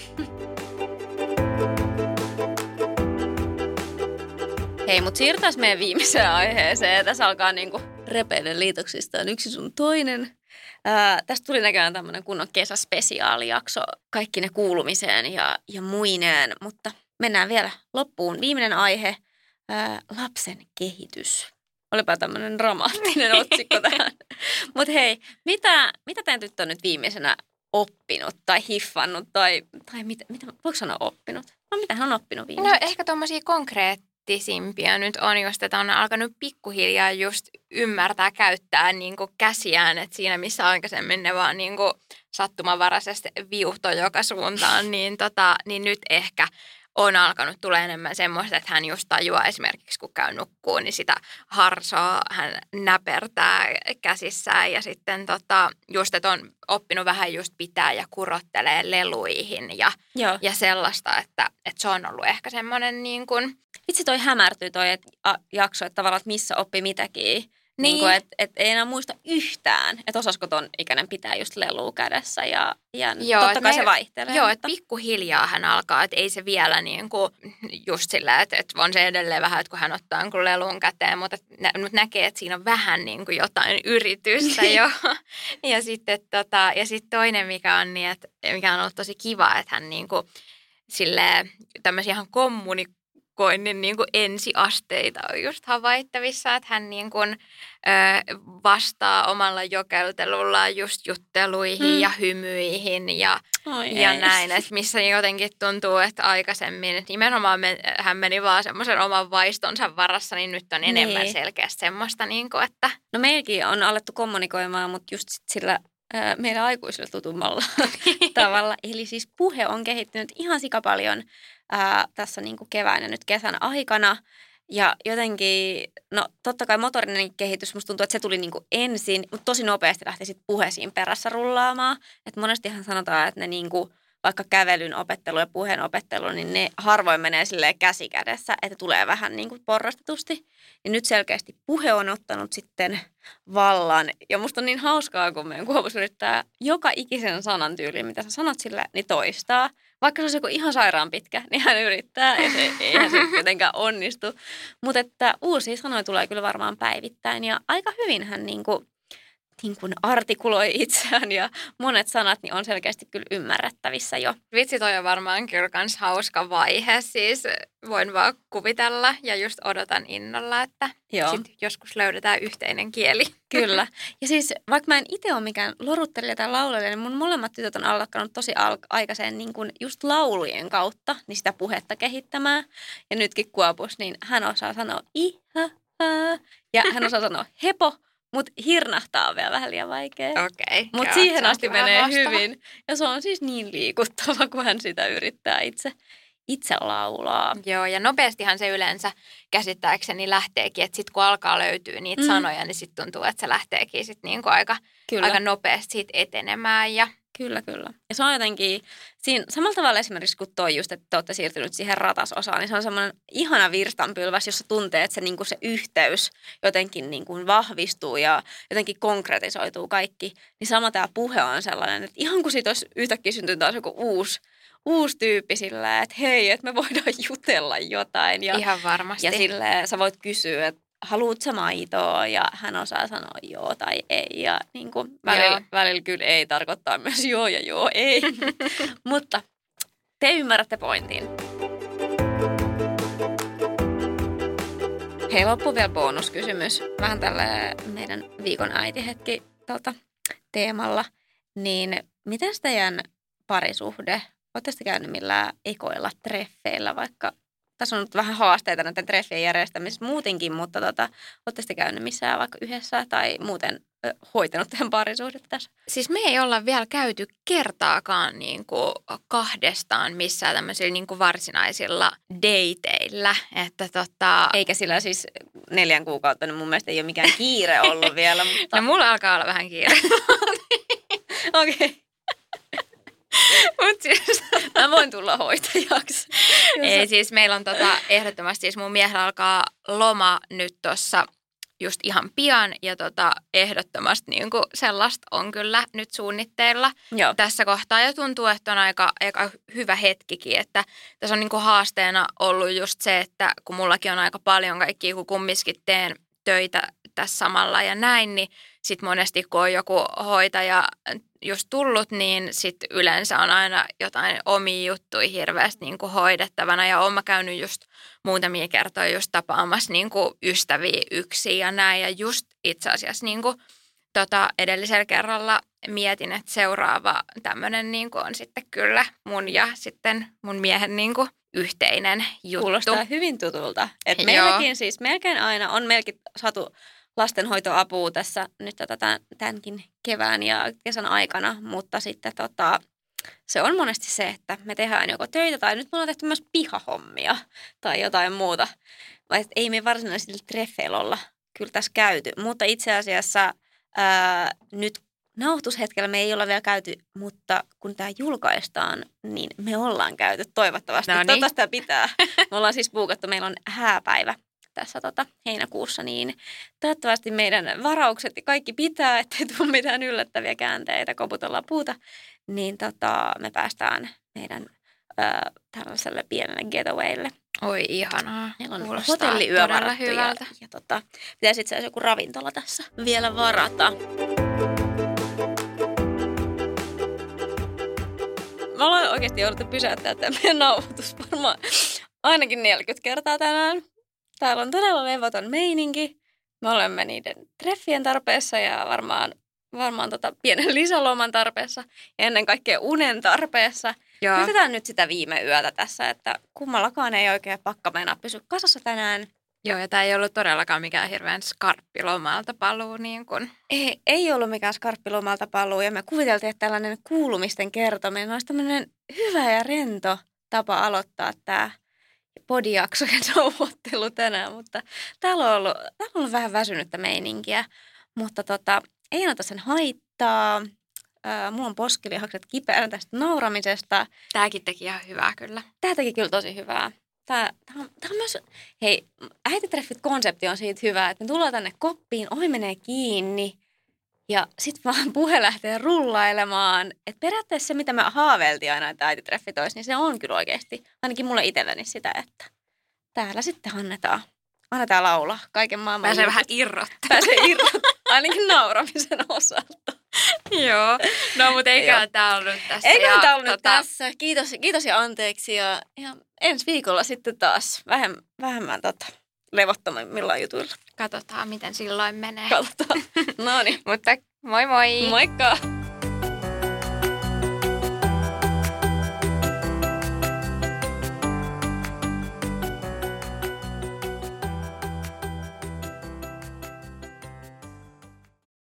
Speaker 3: Hei, mutta siirrytään meidän viimeiseen aiheeseen. Tässä alkaa niinku repeiden liitoksistaan yksi sun toinen. Tästä tuli näköjään tämmöinen kunnon kesäspesiaalijakso, kaikki ne kuulumiseen ja muineen, mutta mennään vielä loppuun. Viimeinen aihe, lapsen kehitys. Olipa tämmöinen dramaattinen otsikko tähän. Mutta hei, mitä teidän tyttö on nyt viimeisenä oppinut tai hiffannut tai mitä, voiko sanoa oppinut? No mitä hän on oppinut viimeisenä?
Speaker 2: No ehkä tommosia konkreettisimpia nyt on just, että on alkanut pikkuhiljaa just ymmärtää käyttää niinku käsiään, että siinä missä aikaisemmin ne vaan niinku sattumanvaraisesti viuhtoi joka suuntaan, niin nyt ehkä on alkanut tulla enemmän semmoista, että hän just tajuaa esimerkiksi, kun käy nukkuun, niin sitä harsoa hän näpertää käsissään ja sitten just, että on oppinut vähän just pitää ja kurottelee leluihin ja sellaista, että se on ollut ehkä semmoinen niin kuin...
Speaker 3: Itse toi hämärtyy toi jakso, että tavallaan, että missä oppi mitäkin. Niin kuin, että ei enää muista yhtään, että osaisiko ton ikäinen pitää just lelua kädessä ja totta kai se vaihtelee.
Speaker 2: Joo, että pikkuhiljaa hän alkaa, että ei se vielä niin kuin just sillä, että on se edelleen vähän, että kun hän ottaa niin kuin lelun käteen, mutta näkee, että siinä on vähän niin kuin jotain yritystä jo. Ja sitten toinen, mikä on niin, että mikä on ollut tosi kiva, että hän niin kuin silleen tämmöisiä ihan kommunikoinnin niin kuin ensiasteita on just havaittavissa, että hän niin kuin, vastaa omalla jokeltelullaan just jutteluihin ja hymyihin ja näin, että missä jotenkin tuntuu, että aikaisemmin että nimenomaan hän meni vaan semmoisen oman vaistonsa varassa, niin nyt on enemmän selkeästi semmoista, niin kuin, että...
Speaker 3: No meilläkin on alettu kommunikoimaan, mutta just sillä meidän aikuisille tutummalla tavalla. Eli siis puhe on kehittynyt ihan sikapaljon tässä niin kuin kevään ja nyt kesän aikana. Ja jotenkin, no totta kai motorinen kehitys, musta tuntuu, että se tuli niin kuin ensin, mutta tosi nopeasti lähti sitten puhe siinä perässä rullaamaan. Että monestihan sanotaan, että ne niin kuin, vaikka kävelyn opettelu ja puheen opettelu, niin ne harvoin menee silleen käsi kädessä, että tulee vähän niin kuin porrastetusti. Ja nyt selkeästi puhe on ottanut sitten vallan. Ja musta on niin hauskaa, kun meidän Kuopus yrittää joka ikisen sanan tyyliin, mitä sä sanot sille, niin toistaa. Vaikka se olisi joku ihan sairaan pitkä, niin hän yrittää ja eihän se jotenkään onnistu. Mutta että uusia sanoja tulee kyllä varmaan päivittäin ja aika hyvin hän niin kuin artikuloi itseään ja monet sanat niin on selkeästi kyllä ymmärrettävissä jo.
Speaker 2: Vitsi, toi on varmaan kyllä kans hauska vaihe, siis voin vaan kuvitella ja just odotan innolla, että sit joskus löydetään yhteinen kieli.
Speaker 3: Kyllä. Ja siis vaikka mä en itse ole mikään loruttelija tai laulaja, niin mun molemmat tytöt on alkanut tosi aikaiseen niin kuin just laulujen kautta niin sitä puhetta kehittämään. Ja nytkin Kuopus, niin hän osaa sanoa ja hän osaa sanoa hepo. Mutta hirnahtaa on vielä vähän liian vaikea.
Speaker 2: Okei.
Speaker 3: Mutta siihen asti menee hyvin. Ja se on siis niin liikuttava, kun hän sitä yrittää itse laulaa.
Speaker 2: Joo, ja nopeastihan se yleensä käsittääkseni lähteekin, että sitten kun alkaa löytyä niitä sanoja, niin sitten tuntuu, että se lähteekin sitten niinku aika nopeasti siitä etenemään. Ja...
Speaker 3: Kyllä. Ja se on jotenkin, siinä samalla tavalla esimerkiksi kuin toi just, että te olette siirtynyt siihen ratasosaan, niin se on semmoinen ihana virstanpylväs, jossa tuntee, että se, niin kuin se yhteys jotenkin niin kuin vahvistuu ja jotenkin konkretisoituu kaikki. Niin sama tämä puhe on sellainen, että ihan kun siitä olisi yhtäkkiä syntynyt taas joku uusi tyyppi sillä, että hei, että me voidaan jutella jotain. Ja,
Speaker 2: ihan varmasti.
Speaker 3: Ja silleen sä voit kysyä, että haluut sä maitoa ja hän osaa sanoa joo tai ei. Ja niin kuin välillä kyllä ei tarkoittaa myös joo ja joo ei. Mutta te ymmärrätte pointin. Hei, loppu vielä bonuskysymys. Vähän tällä meidän viikon äitihetki teemalla. Niin miten teidän parisuhde? Oletteko te käynyt millään ekoilla treffeillä, vaikka tässä on nyt vähän haasteita näiden treffien järjestämisessä muutenkin, mutta oletteko te käynyt missään vaikka yhdessä tai muuten hoitanut teidän parisuhdetta tässä?
Speaker 2: Siis me ei olla vielä käyty kertaakaan niin kuin kahdestaan missään tämmöisillä niin kuin varsinaisilla dateilla. Että
Speaker 3: eikä sillä siis 4 kuukautta, niin mun mielestä ei ole mikään kiire ollut vielä. Mutta...
Speaker 2: No mulla alkaa olla vähän kiire.
Speaker 3: Okei.
Speaker 2: Mut siis...
Speaker 3: Mä voin tulla hoitajaksi.
Speaker 2: Ei siis meillä on ehdottomasti, siis mun miehellä alkaa loma nyt tossa just ihan pian ja ehdottomasti niinku sellaista on kyllä nyt suunnitteilla tässä kohtaa ja tuntuu, että on aika hyvä hetkikin, että tässä on niinku haasteena ollut just se, että kun mullakin on aika paljon kaikkia, kun kumminkin teen tässä samalla ja näin, niin sitten monesti kun on joku hoitaja just tullut, niin sitten yleensä on aina jotain omia juttuja hirveästi niin kuin hoidettavana. Ja olen käynyt just muutamia kertoja just tapaamassa niin kuin ystäviä yksin ja näin. Ja just itse asiassa niin kuin, edellisellä kerralla mietin, että seuraava tämmöinen niin kuin on sitten kyllä mun ja sitten mun miehen niin kuin yhteinen juttu.
Speaker 3: Kuulostaa hyvin tutulta. Et meilläkin siis melkein aina on meilläkin saatu lastenhoitoapua tässä nyt tämänkin kevään ja kesän aikana, mutta sitten se on monesti se, että me tehdään joko töitä tai nyt me ollaan tehty myös pihahommia tai jotain muuta. Vai ei me varsinaisilla treffeillä olla kyllä tässä käyty, mutta itse asiassa nyt nauhoitushetkellä me ei olla vielä käyty, mutta kun tämä julkaistaan, niin me ollaan käyty toivottavasti.
Speaker 2: No niin.
Speaker 3: Toivottavasti tämä pitää. Me ollaan siis buukattu, meillä on hääpäivä tässä heinäkuussa, niin toivottavasti meidän varaukset kaikki pitää, ettei tule mitään yllättäviä käänteitä, koputellaan puuta, niin me päästään meidän tällaiselle pienelle getawaylle.
Speaker 2: Oi ihanaa.
Speaker 3: Meillä on
Speaker 2: kuulostaa
Speaker 3: hotelliyö
Speaker 2: todella
Speaker 3: varattu
Speaker 2: hyvältä.
Speaker 3: ja pitäisi itse asiassa joku ravintola tässä vielä varata. Me ollaan oikeasti jouduttu pysäyttää tämä meidän nauhoitus varmaan ainakin 40 kertaa tänään. Täällä on todella levoton meininki. Me olemme niiden treffien tarpeessa ja varmaan pienen lisäloman tarpeessa ja ennen kaikkea unen tarpeessa. Yritetään nyt sitä viime yötä tässä, että kummallakaan ei oikein pakka meinaa pysy kasassa tänään.
Speaker 2: Joo, ja tämä ei ollut todellakaan mikään hirveän skarppilomalta paluu. Niin kun.
Speaker 3: Ei ollut mikään skarppilomalta paluu ja me kuviteltiin, että tällainen kuulumisten kertominen olisi tämmöinen hyvä ja rento tapa aloittaa tämä podijaksojen nauhoittelu tänään, mutta täällä on ollut vähän väsynyttä meininkiä, mutta ei anneta sen haittaa. Mulla on poskelihakset kipeänä tästä nauramisesta.
Speaker 2: Tämäkin teki ihan hyvää kyllä.
Speaker 3: Tämä teki kyllä tosi hyvää. Tämä on myös, hei, äititreffit-konsepti on siitä hyvä, että me tullaan tänne koppiin, ovi menee kiinni ja sitten vaan puhe lähtee rullailemaan. Että periaatteessa se, mitä me haaveiltiin aina, että äititreffit olisi, niin se on kyllä oikeasti, ainakin mulle itselleni sitä, että täällä sitten annetaan laulaa kaiken maailman.
Speaker 2: Pääsee vähän irrottaa.
Speaker 3: Pääsee irrottaa, ainakin nauramisen osalta.
Speaker 2: Joo, no mutta eiköhän tämä ollut tässä.
Speaker 3: Eiköhän tämä ollut tässä. Kiitos ja anteeksi ja ensi viikolla sitten taas vähemmän levottomimmilla jutuilla.
Speaker 2: Katsotaan, miten silloin menee.
Speaker 3: Katsotaan. No niin.
Speaker 2: Mutta moi moi!
Speaker 3: Moikka!